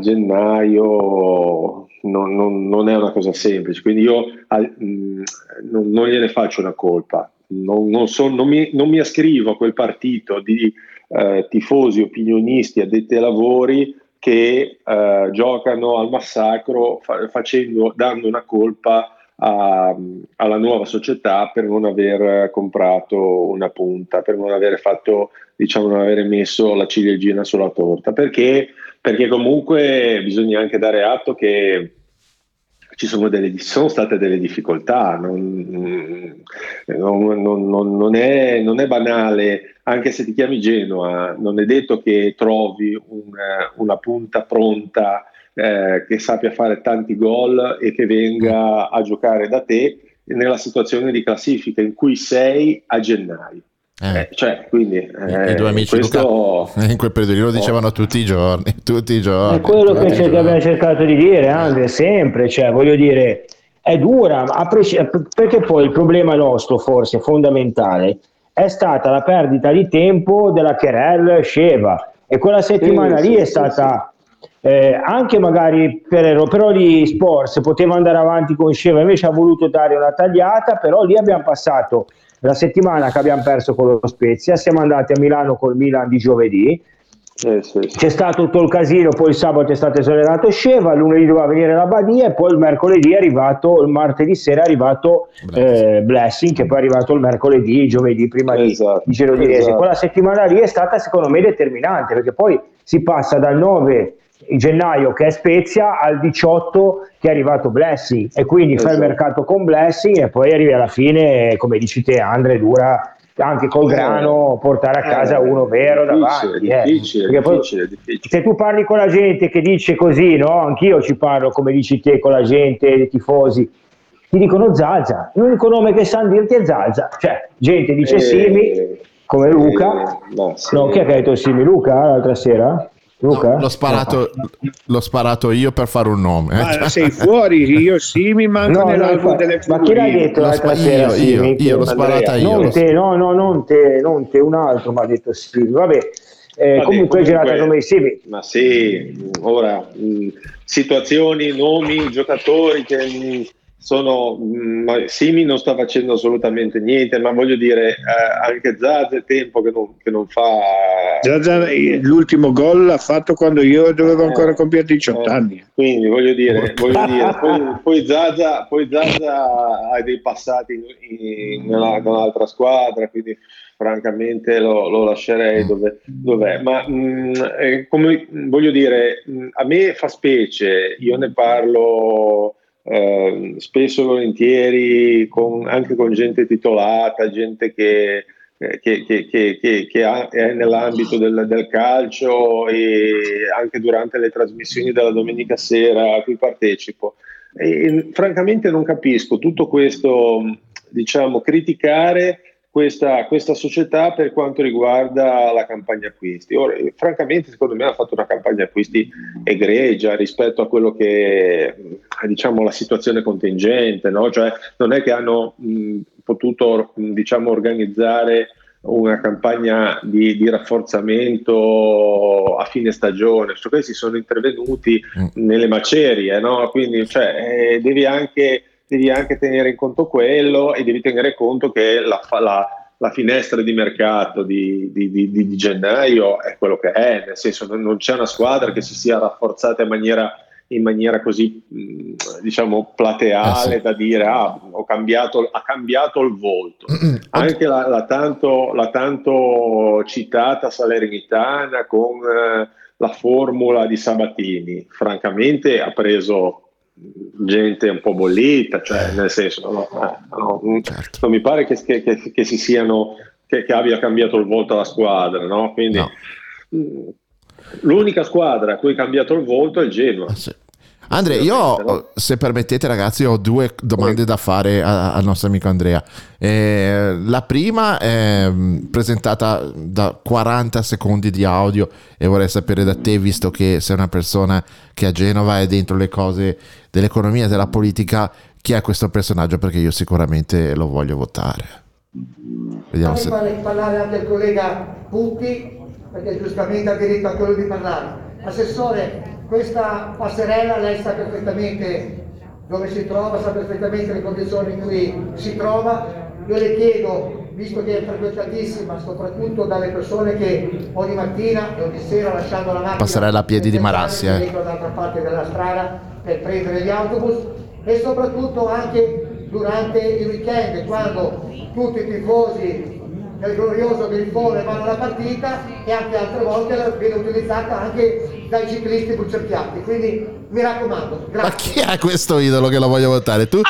gennaio non, non, non è una cosa semplice, quindi io al, mh, non, non gliene faccio una colpa, non, non, so, non, mi, non mi ascrivo a quel partito di eh, tifosi, opinionisti, addetti ai lavori che eh, giocano al massacro fa, facendo, dando una colpa A, alla nuova società per non aver comprato una punta, per non aver fatto, diciamo, non aver messo la ciliegina sulla torta, perché, perché comunque bisogna anche dare atto che ci sono, delle, ci sono state delle difficoltà, non, non, non, non, è, non è banale, anche se ti chiami Genoa, non è detto che trovi una, una punta pronta Eh, che sappia fare tanti gol e che venga a giocare da te nella situazione di classifica in cui sei a gennaio. Eh. Eh, cioè, quindi, eh, i due amici questo... Luca in quel periodo lo dicevano tutti i giorni, tutti i giorni. È quello tutti che, che abbiamo cercato di dire, Andre, sempre, cioè voglio dire, è dura, a preci- perché poi il problema nostro, forse fondamentale, è stata la perdita di tempo della Querelle Sheva, e quella settimana sì, lì sì, è stata... Sì. Eh, anche magari per, però lì Spurs poteva andare avanti con Sheva, invece ha voluto dare una tagliata, però lì abbiamo passato la settimana che abbiamo perso con lo Spezia, siamo andati a Milano col Milan di giovedì, eh, sì, sì. C'è stato tutto il casino, poi il sabato è stato esonerato Sheva, lunedì doveva venire la Badia e poi il mercoledì è arrivato, il martedì sera è arrivato Blessing, eh, Blessing che poi è arrivato il mercoledì, giovedì prima esatto, di, di Giro di Rese. Esatto. Quella settimana lì è stata secondo me determinante, perché poi si passa dal nove in gennaio che è Spezia, al diciotto che è arrivato Blessing, e quindi esatto. fai il mercato con Blessing e poi arrivi alla fine, come dici te Andre, dura anche col grano portare a casa eh, uno vero davanti. È difficile, eh. è difficile, è difficile. Se tu parli con la gente che dice così, no? Anch'io ci parlo, come dici te, con la gente, i tifosi, ti dicono Zaza, l'unico nome che sanno dirti è Zaza, cioè gente dice eh, Simi, come Luca, eh, no, sì. no, chi è che ha detto Simi? Luca l'altra sera? Luca? No, l'ho, sparato, no. l'ho sparato io per fare un nome. Ma cioè. sei fuori, io sì, mi manco no, nell'album no, delle ma chi l'ha detto l'altra spa- sera? Io, io, io l'ho sparata io. Non te, no, no, non te, non te, un altro mi ha detto sì. Vabbè, eh, Vabbè comunque è girata come sì. Ma sì, ora mh, situazioni, nomi, giocatori che mh, sono mh, Simi non sta facendo assolutamente niente, ma voglio dire eh, anche Zaza è tempo che non, che non fa. Zaza l'ultimo gol l'ha fatto quando io dovevo ancora eh, compiere diciotto eh, anni. Quindi voglio dire, voglio dire poi, poi, Zaza, poi Zaza ha dei passati in, in, nella, nell'altra squadra, quindi francamente lo, lo lascerei dove, dov'è. Ma mh, eh, come voglio dire, mh, a me fa specie, io ne parlo Eh, spesso e volentieri con, anche con gente titolata, gente che, che, che, che, che, che ha, è nell'ambito del, del calcio, e anche durante le trasmissioni della domenica sera a cui partecipo, e francamente non capisco tutto questo, diciamo, criticare Questa, questa società per quanto riguarda la campagna acquisti. Ora, francamente secondo me ha fatto una campagna acquisti egregia rispetto a quello che è, diciamo, la situazione contingente, no? Cioè non è che hanno mh, potuto mh, diciamo organizzare una campagna di, di rafforzamento a fine stagione, cioè questi sono intervenuti mm. nelle macerie, no? Quindi cioè, eh, devi anche devi anche tenere in conto quello, e devi tenere conto che la, la, la finestra di mercato di, di, di, di gennaio è quello che è, nel senso non, non c'è una squadra che si sia rafforzata in maniera, in maniera così diciamo plateale eh sì. da dire ah, ho cambiato, ha cambiato il volto. Anche la, la, tanto, la tanto citata Salernitana con eh, la formula di Sabatini francamente ha preso gente un po' bollita, cioè nel senso no, no, no, certo. non mi pare che, che, che, che si siano che, che abbia cambiato il volto alla squadra, no? Quindi no. mh, l'unica squadra a cui è cambiato il volto è il Genoa. Ah, sì. Andrea, io se permettete ragazzi ho due domande sì. da fare a, al nostro amico Andrea. Eh, la prima è presentata da quaranta secondi di audio e vorrei sapere da te, visto che sei una persona che a Genova è dentro le cose dell'economia e della politica, chi è questo personaggio, perché io sicuramente lo voglio votare. Vediamo se... Farei parlare anche il collega Pucchi, perché giustamente ha diritto a quello di parlare. Assessore, questa passerella lei sa perfettamente dove si trova, sa perfettamente le condizioni in cui si trova. Io le chiedo, visto che è frequentatissima soprattutto dalle persone che ogni mattina e ogni sera lasciando la macchina passerella a piedi di Marassi eh. dall'altra parte della strada per prendere gli autobus, e soprattutto anche durante i weekend, quando tutti i tifosi del glorioso Grifone vanno alla partita, e anche altre volte viene utilizzata anche dai ciclisti buccerchiati. Quindi mi raccomando, grazie. Ma chi è questo idolo che lo voglio votare? Tu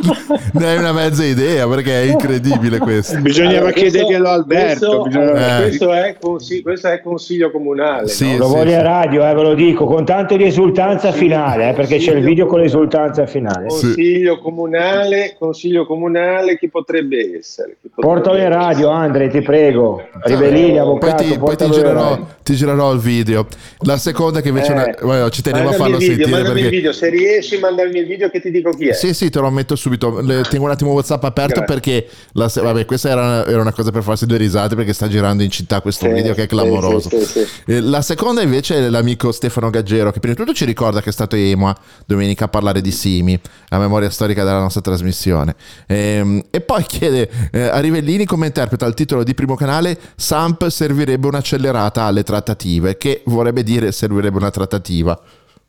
ne hai una mezza idea, perché è incredibile questo. Bisognava allora, chiederglielo a Alberto. Questo, bisognava... eh. questo, è consiglio, questo è consiglio comunale. Sì, no? Lo sì, voglio sì. a radio, eh, ve lo dico, con tanto di esultanza sì, finale, eh, perché c'è il video con l'esultanza finale. Consiglio comunale, consiglio comunale, chi potrebbe essere? Chi potrebbe Portalo in radio, Andre, ti prego. Rivellini, avvocato, poi ti, poi ti girerò, ti girerò il video. La seconda che invece eh, una, well, ci tenevo a farlo video, sentire perché... il video, se riesci mandarmi il video che ti dico chi è. Sì sì, te lo metto subito. Le, tengo un attimo WhatsApp aperto. Grazie. Perché la, vabbè, questa era, era una cosa per farsi due risate, perché sta girando in città questo sì, video che è clamoroso. Sì, sì, sì. La seconda invece è l'amico Stefano Gaggero, che prima di tutto ci ricorda che è stato Emua domenica a parlare di Simi, la memoria storica della nostra trasmissione, e, e poi chiede eh, a Rivellini come interpreta il titolo di Primo Canale: Samp servirebbe un'accelerata alle trattative, che vorrebbe dire servirebbe una trattativa.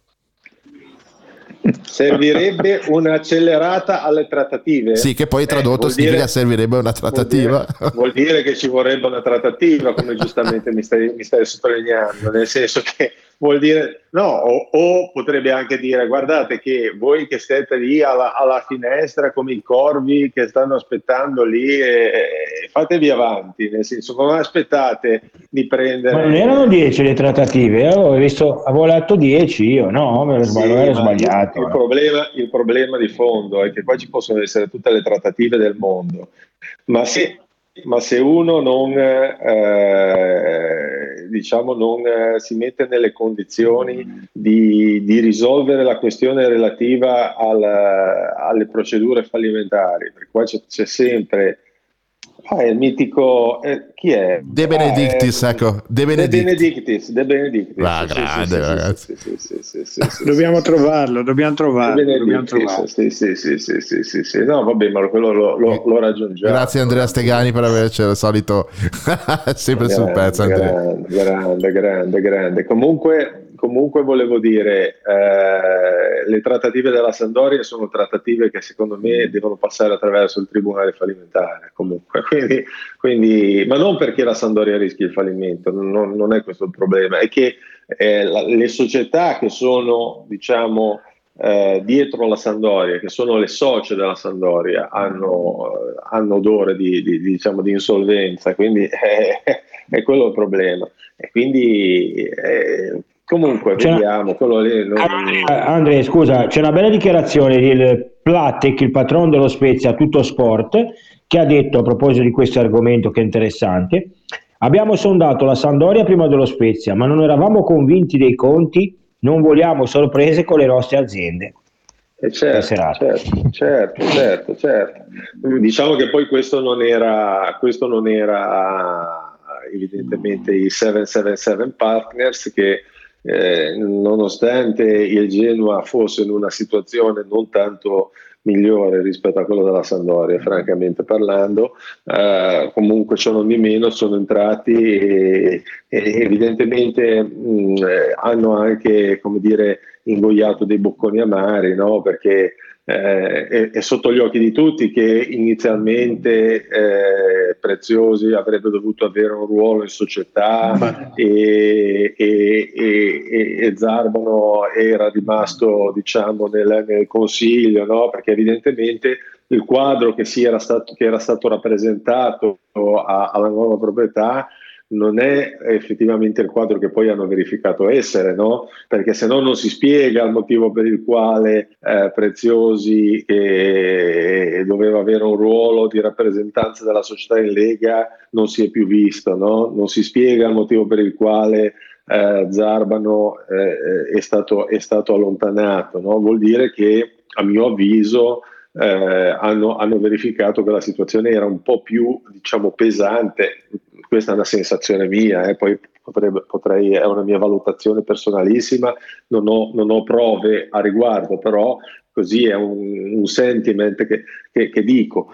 Servirebbe un'accelerata alle trattative. Sì, che poi tradotto eh, significa dire, servirebbe una trattativa. Vuol dire, vuol dire che ci vorrebbe una trattativa, come giustamente mi stai, mi stai sottolineando, nel senso che vuol dire no, o, o potrebbe anche dire guardate che voi che siete lì alla, alla finestra come i corvi che stanno aspettando lì, e, e fatevi avanti, nel senso non aspettate di prendere. Ma non erano dieci le trattative? Avevo visto, avevo letto dieci io, no? Me Sì, ero ma sbagliato. Il, il, problema, il problema di fondo è che qua ci possono essere tutte le trattative del mondo, ma se Ma se uno non, eh, diciamo non eh, si mette nelle condizioni di, di risolvere la questione relativa al, alle procedure fallimentari, perché qua c'è, c'è sempre ah, il mitico eh, chi è? De Benedictis, ah, eh, ecco, De Benedictis. De Benedictis, De Benedictis. Ah, grande, ragazzi. Dobbiamo trovarlo, dobbiamo trovarlo. Dobbiamo trovarlo. Sì, sì, sì, sì, sì, sì, sì. No, vabbè, ma quello lo, lo, lo raggiungiamo. Grazie Andrea Stegani per averci al solito sempre sul pezzo, Andrea. Grande, grande, grande, grande. Comunque, comunque volevo dire, eh, le trattative della Sampdoria sono trattative che secondo me devono passare attraverso il tribunale fallimentare, comunque. Quindi, quindi, ma non perché la Sampdoria rischi il fallimento, non, non è questo il problema, è che eh, la, le società che sono, diciamo, eh, dietro la Sampdoria, che sono le socie della Sampdoria, hanno, hanno odore di, di, diciamo, di insolvenza, quindi eh, è quello il problema. E quindi eh, comunque c'è vediamo quello lì, non... Andrea, scusa, c'è una bella dichiarazione del Plattek, il patrono dello Spezia Tutto Sport, che ha detto a proposito di questo argomento che è interessante: abbiamo sondato la Sampdoria prima dello Spezia, ma non eravamo convinti dei conti, non vogliamo sorprese con le nostre aziende. Eh certo, certo, certo, certo, certo. Diciamo che poi questo non era, questo non era evidentemente i sette sette sette Partners che eh, nonostante il Genoa fosse in una situazione non tanto migliore rispetto a quello della Sampdoria, francamente parlando, eh, comunque ciò non di meno sono entrati e, e evidentemente mh, hanno anche, come dire, ingoiato dei bocconi amari, no? Perché eh, è, è sotto gli occhi di tutti che inizialmente eh, Preziosi avrebbe dovuto avere un ruolo in società e, e, e, e Zarbano era rimasto, diciamo, nel, nel consiglio, no? Perché evidentemente il quadro che, si era, stato, che era stato rappresentato a, alla nuova proprietà non è effettivamente il quadro che poi hanno verificato essere, no? Perché se no non si spiega il motivo per il quale eh, Preziosi, che doveva avere un ruolo di rappresentanza della società in Lega, non si è più visto, no? Non si spiega il motivo per il quale eh, Zarbano eh, è, stato, è stato allontanato, no? Vuol dire che, a mio avviso, eh, hanno, hanno verificato che la situazione era un po' più, diciamo, pesante. Questa è una sensazione mia, eh. Poi potrebbe, potrei, è una mia valutazione personalissima, non ho, non ho prove a riguardo, però così è un, un sentiment che, che, che dico.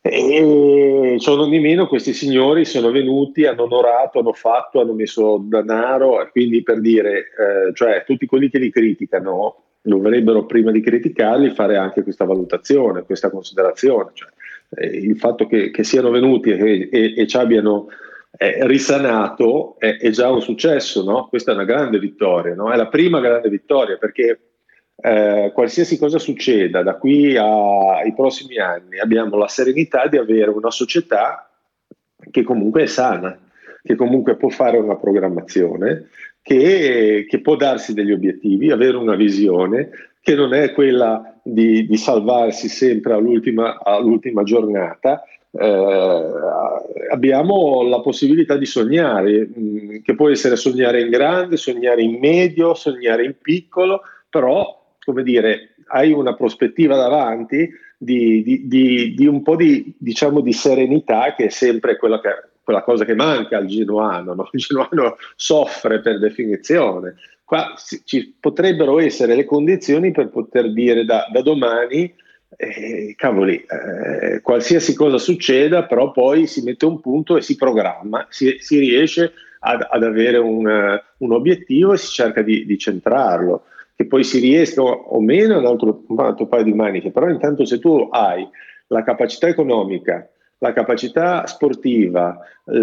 E sono di meno questi signori sono venuti, hanno onorato, hanno fatto, hanno messo denaro, quindi per dire, eh, cioè tutti quelli che li criticano dovrebbero, prima di criticarli, fare anche questa valutazione, questa considerazione, cioè, eh, il fatto che, che siano venuti e, e, e ci abbiano eh, risanato è, è già un successo, no? Questa è una grande vittoria, no? È la prima grande vittoria, perché eh, qualsiasi cosa succeda da qui a, ai prossimi anni abbiamo la serenità di avere una società che comunque è sana, che comunque può fare una programmazione, che, che può darsi degli obiettivi, avere una visione che non è quella di, di salvarsi sempre all'ultima, all'ultima giornata. Eh, abbiamo la possibilità di sognare, mh, che può essere sognare in grande, sognare in medio, sognare in piccolo, però, come dire, hai una prospettiva davanti di, di, di, di un po' di, diciamo, di serenità, che è sempre quella, che, quella cosa che manca al genuano, no? Il genuano soffre per definizione. Qua ci potrebbero essere le condizioni per poter dire da, da domani Eh, cavoli, eh, qualsiasi cosa succeda, però poi si mette un punto e si programma, si, si riesce ad, ad avere un, uh, un obiettivo e si cerca di, di centrarlo. Che poi si riesca o meno è un altro, un altro paio di maniche, però intanto se tu hai la capacità economica, la capacità sportiva,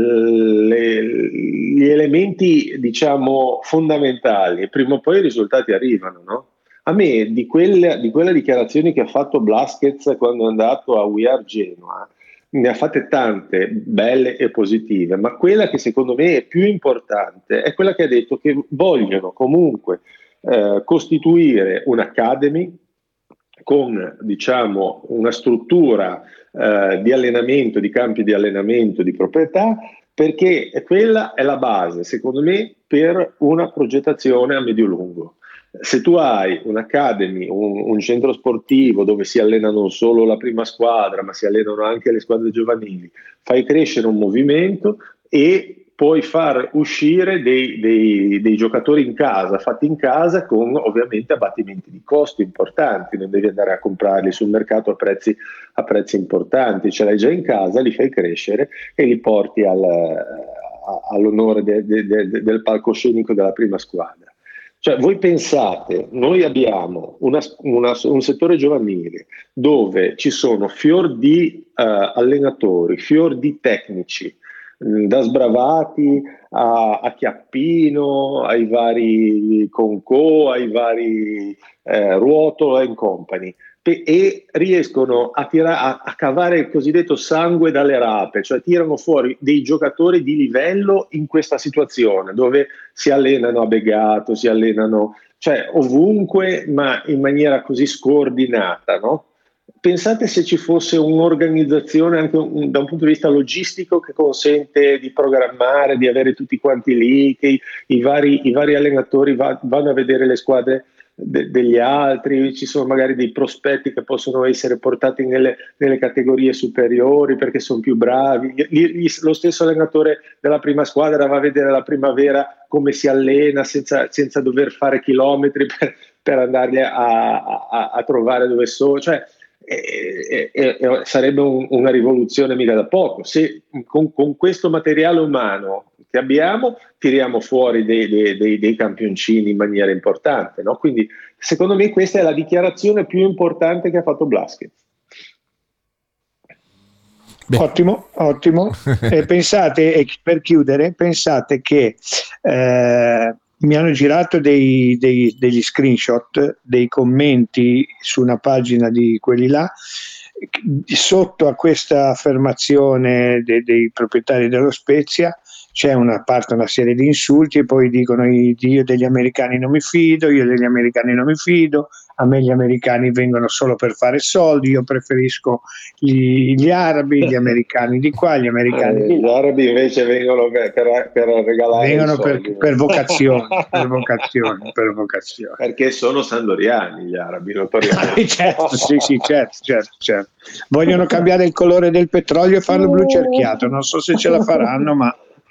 le, gli elementi diciamo fondamentali, prima o poi i risultati arrivano, no? A me di quelle, di quelle dichiarazioni che ha fatto Blazquez quando è andato a We Are Genoa, ne ha fatte tante belle e positive, ma quella che secondo me è più importante è quella che ha detto che vogliono comunque eh, costituire un'academy con diciamo una struttura eh, di allenamento, di campi di allenamento, di proprietà, perché quella è la base secondo me per una progettazione a medio-lungo. Se tu hai un'academy, un, un centro sportivo dove si allena non solo la prima squadra ma si allenano anche le squadre giovanili, fai crescere un movimento e puoi far uscire dei, dei, dei giocatori in casa, fatti in casa con ovviamente abbattimenti di costi importanti, non devi andare a comprarli sul mercato a prezzi, a prezzi importanti, ce l'hai già in casa, li fai crescere e li porti al, a, all'onore de, de, de, del palcoscenico della prima squadra. Cioè voi pensate, noi abbiamo una, una, un settore giovanile dove ci sono fior di uh, allenatori, fior di tecnici, da Sbravati a, a Chiappino, ai vari Conco, ai vari eh, Ruotola and Company, pe- e riescono a, tira- a, a cavare il cosiddetto sangue dalle rape, cioè tirano fuori dei giocatori di livello in questa situazione dove si allenano a Begato, si allenano cioè ovunque ma in maniera così scordinata, no? Pensate se ci fosse un'organizzazione anche un, da un punto di vista logistico che consente di programmare, di avere tutti quanti lì, che i, i, vari, i vari allenatori va, vanno a vedere le squadre de, degli altri, ci sono magari dei prospetti che possono essere portati nelle, nelle categorie superiori perché sono più bravi. Gli, gli, lo stesso allenatore della prima squadra va a vedere la primavera come si allena senza, senza dover fare chilometri per, per andarli a, a, a trovare dove sono. Cioè, E, e, e sarebbe un, una rivoluzione mica da poco se con, con questo materiale umano che abbiamo tiriamo fuori dei, dei, dei, dei campioncini in maniera importante, no? Quindi secondo me questa è la dichiarazione più importante che ha fatto Blazquez. Beh. Ottimo, ottimo. E pensate, e per chiudere, pensate che eh, mi hanno girato dei, dei, degli screenshot, dei commenti su una pagina di quelli là, sotto a questa affermazione de, dei proprietari dello Spezia c'è una parte, una serie di insulti e poi dicono io degli americani non mi fido, io degli americani non mi fido, a me gli americani vengono solo per fare soldi, io preferisco gli, gli arabi, gli americani di qua, gli americani eh, di là. Gli arabi invece vengono per, per, per regalare vengono i soldi, per, per vocazione, per vocazione, per vocazione. Perché sono sandoriani gli arabi, notoriamente. certo, sì, sì, certo, certo, certo. Vogliono cambiare il colore del petrolio e farlo blu cerchiato, non so se ce la faranno, ma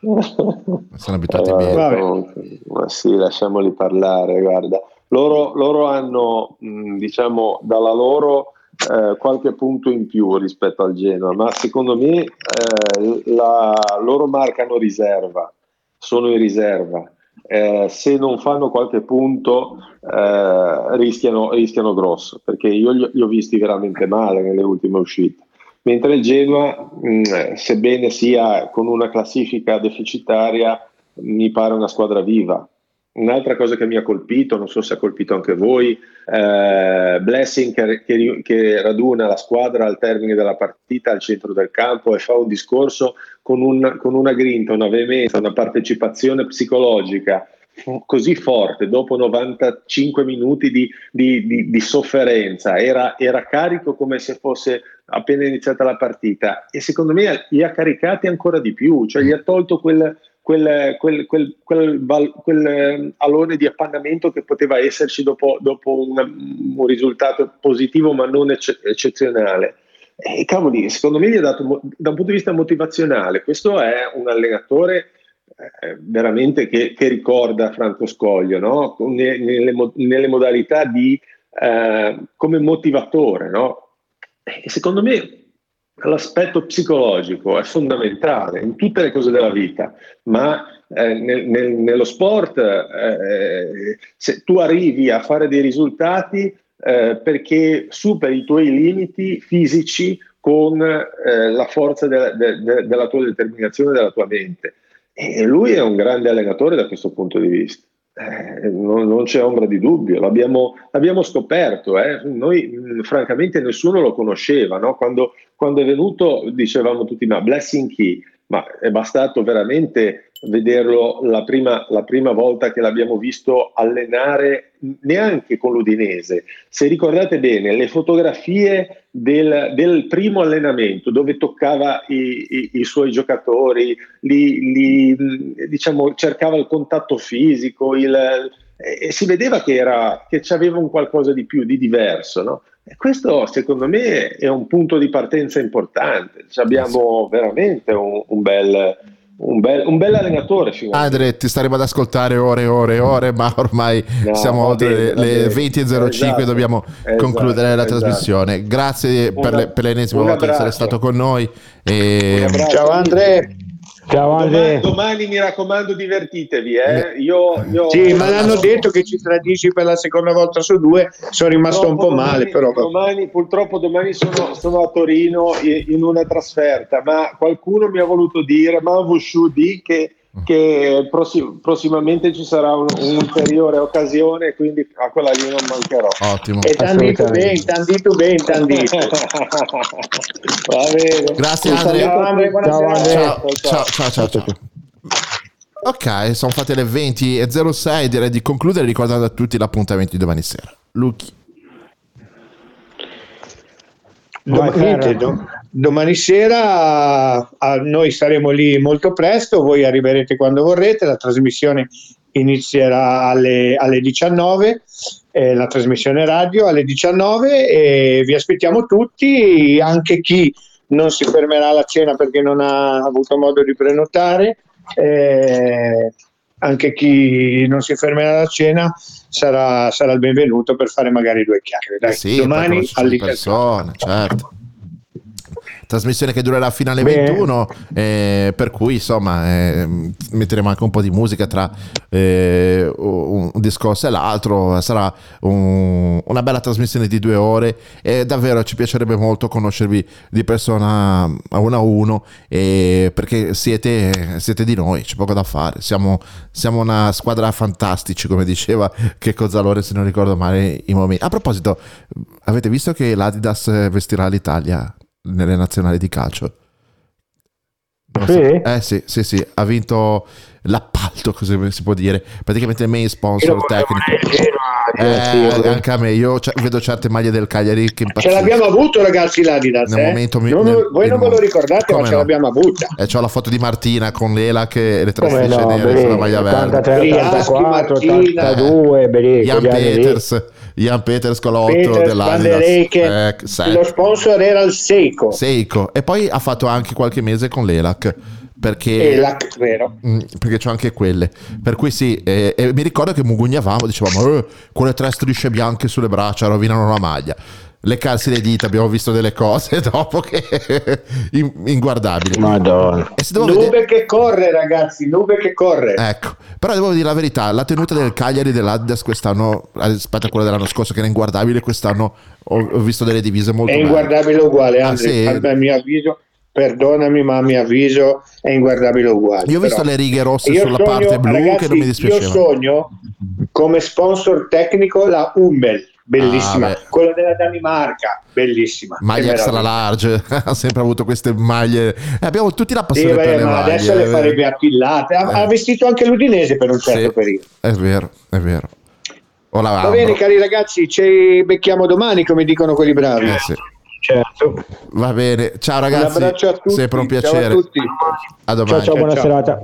sono abituati eh, bene. Comunque, ma sì, lasciamoli parlare, guarda. Loro, loro hanno, mh, diciamo, dalla loro eh, qualche punto in più rispetto al Genoa, ma secondo me eh, la, loro marcano riserva, sono in riserva. Eh, se non fanno qualche punto eh, rischiano, rischiano grosso, perché io li, li ho visti veramente male nelle ultime uscite. Mentre il Genoa, mh, sebbene sia con una classifica deficitaria, mi pare una squadra viva. Un'altra cosa che mi ha colpito, non so se ha colpito anche voi, eh, Blessing che, che, che raduna la squadra al termine della partita al centro del campo e fa un discorso con, un, con una grinta, una veemenza, una partecipazione psicologica così forte dopo novantacinque minuti di, di, di, di sofferenza, era, era carico come se fosse appena iniziata la partita e secondo me li ha caricati ancora di più, cioè gli ha tolto quel Quel, quel, quel, quel, quel, quel alone di appannamento che poteva esserci dopo, dopo una, un risultato positivo ma non ecce, eccezionale. E cavoli, secondo me gli ha dato, da un punto di vista motivazionale, questo è un allenatore eh, veramente che, che ricorda Franco Scoglio, no? nelle, nelle modalità di eh, come motivatore, no? E secondo me l'aspetto psicologico è fondamentale in tutte le cose della vita, ma eh, nel, nel, nello sport eh, se tu arrivi a fare dei risultati eh, perché superi i tuoi limiti fisici con eh, la forza de- de- de- della tua determinazione, della tua mente. E lui è un grande allenatore da questo punto di vista. Eh, non, non c'è ombra di dubbio, l'abbiamo, l'abbiamo scoperto, eh. Noi mh, francamente nessuno lo conosceva, no? quando, quando è venuto dicevamo tutti ma Blessing chi? Ma è bastato veramente vederlo la prima, la prima volta che l'abbiamo visto allenare, neanche con l'Udinese. Se ricordate bene le fotografie del, del primo allenamento dove toccava i, i, i suoi giocatori, li, li, diciamo, cercava il contatto fisico, il, e si vedeva che, era, che c'aveva un qualcosa di più, di diverso, no? E questo secondo me è un punto di partenza importante. Cioè, abbiamo veramente un, un bel... Un bel, un bel allenatore. Andre, ti staremo ad ascoltare ore e ore e ore, ma ormai no, siamo oltre bene, le venti e zero cinque, esatto, dobbiamo esatto, concludere la esatto. trasmissione. Grazie una, per, le, per l'ennesima volta di essere stato con noi. E... Ciao Andre. Ciao Andre. Domani, domani mi raccomando divertitevi, eh? io, io sì, ma l'hanno sono... detto che ci tradisci per la seconda volta su due, sono rimasto purtroppo un po' domani, male però. Domani, purtroppo domani sono, sono a Torino in una trasferta, ma qualcuno mi ha voluto dire, ma Wushu di che che prossim- prossimamente ci sarà un, un'ulteriore occasione, quindi a quella lì non mancherò. Ottimo. E tandito bene, tandito bene, tandito. Va bene. Grazie Andre. Ciao Andre, ciao, ciao, ciao, ciao, ciao, ciao. Ok, sono fatte le venti e zero sei, direi di concludere ricordando a tutti l'appuntamento di domani sera. Luchi. Domani, domani sera a, noi saremo lì molto presto, voi arriverete quando vorrete, la trasmissione inizierà alle, alle diciannove, eh, la trasmissione radio alle diciannove, e vi aspettiamo tutti, anche chi non si fermerà alla cena perché non ha avuto modo di prenotare, eh, anche chi non si fermerà alla cena sarà, sarà il benvenuto per fare magari due chiacchiere. Dai, sì, domani alle persone, certo. Trasmissione che durerà fino alle Beh. ventuno, eh, per cui insomma eh, metteremo anche un po' di musica tra eh, un, un discorso e l'altro. Sarà un, una bella trasmissione di due ore e davvero ci piacerebbe molto conoscervi di persona a uno a uno, eh, perché siete, siete di noi, c'è poco da fare, siamo, siamo una squadra fantastici, come diceva Checco Zalone, se non ricordo male i momenti. A proposito, avete visto che l'Adidas vestirà l'Italia nelle nazionali di calcio? Sì? So. Eh sì, sì, sì, ha vinto l'appalto, così si può dire, praticamente il main sponsor tecnico. Eh, anche a me, io c- vedo certe maglie del Cagliari che ce l'abbiamo avuto, ragazzi, l'Adidas, nel eh? momento non, nel, voi non ve lo ricordate, ma no? ce l'abbiamo avuta. E c'ho la foto di Martina con l'Elac e le tre come strisce no, nere sulla maglia verde. ottantaquattro, ottantadue, Ian Peters, Ian Peters con l'otto dell'Adidas, eh, lo sponsor era il Seiko. Seiko, e poi ha fatto anche qualche mese con l'Elac, perché Elac, vero, mh, perché c'ho anche quelle, per cui sì, eh, e mi ricordo che mugugnavamo, dicevamo eh, quelle tre strisce bianche sulle braccia rovinano la maglia, leccarsi le dita, abbiamo visto delle cose dopo che in, inguardabili. Madonna. E se devo nube vedere... che corre, ragazzi, nube che corre. Ecco, però devo dire la verità, la tenuta del Cagliari dell'Adidas quest'anno rispetto a quella dell'anno scorso, che era inguardabile, quest'anno ho, ho visto delle divise molto è belle. Inguardabile uguale, ah, Andre, sì? a mio avviso. Perdonami, ma a mio avviso è inguardabile uguale. Io ho visto però. le righe rosse Io sulla sogno, parte blu, ragazzi, che non mi dispiaceva. Io sogno come sponsor tecnico la Hummel, bellissima, ah, quella della Danimarca, bellissima. Maglie extra large, ha sempre avuto queste maglie. Eh, abbiamo tutti la passione sì, per beh, le ma maglie. Adesso le farebbe attillate. Ha, eh. ha vestito anche l'Udinese per un certo sì, periodo. È vero, è vero. O la Va bene, cari ragazzi, ci becchiamo domani, come dicono quelli bravi. Eh, sì. Certo. Va bene, ciao ragazzi, un abbraccio a tutti, sempre un piacere. ciao a tutti. A domani. Ciao, ciao, buona ciao. serata.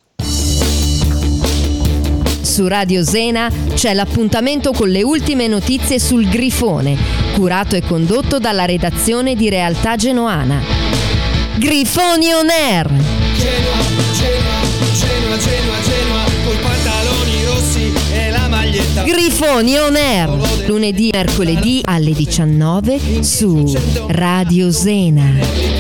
Su Radio Zena c'è l'appuntamento con le ultime notizie sul Grifone, curato e condotto dalla redazione di Realtà Genoana. Grifoni on air. Genoa, Genoa, Genoa, Genoa, Genoa, coi pantaloni rossi e la maglietta. Grifoni on air, lunedì e mercoledì alle diciannove su Radio Zena.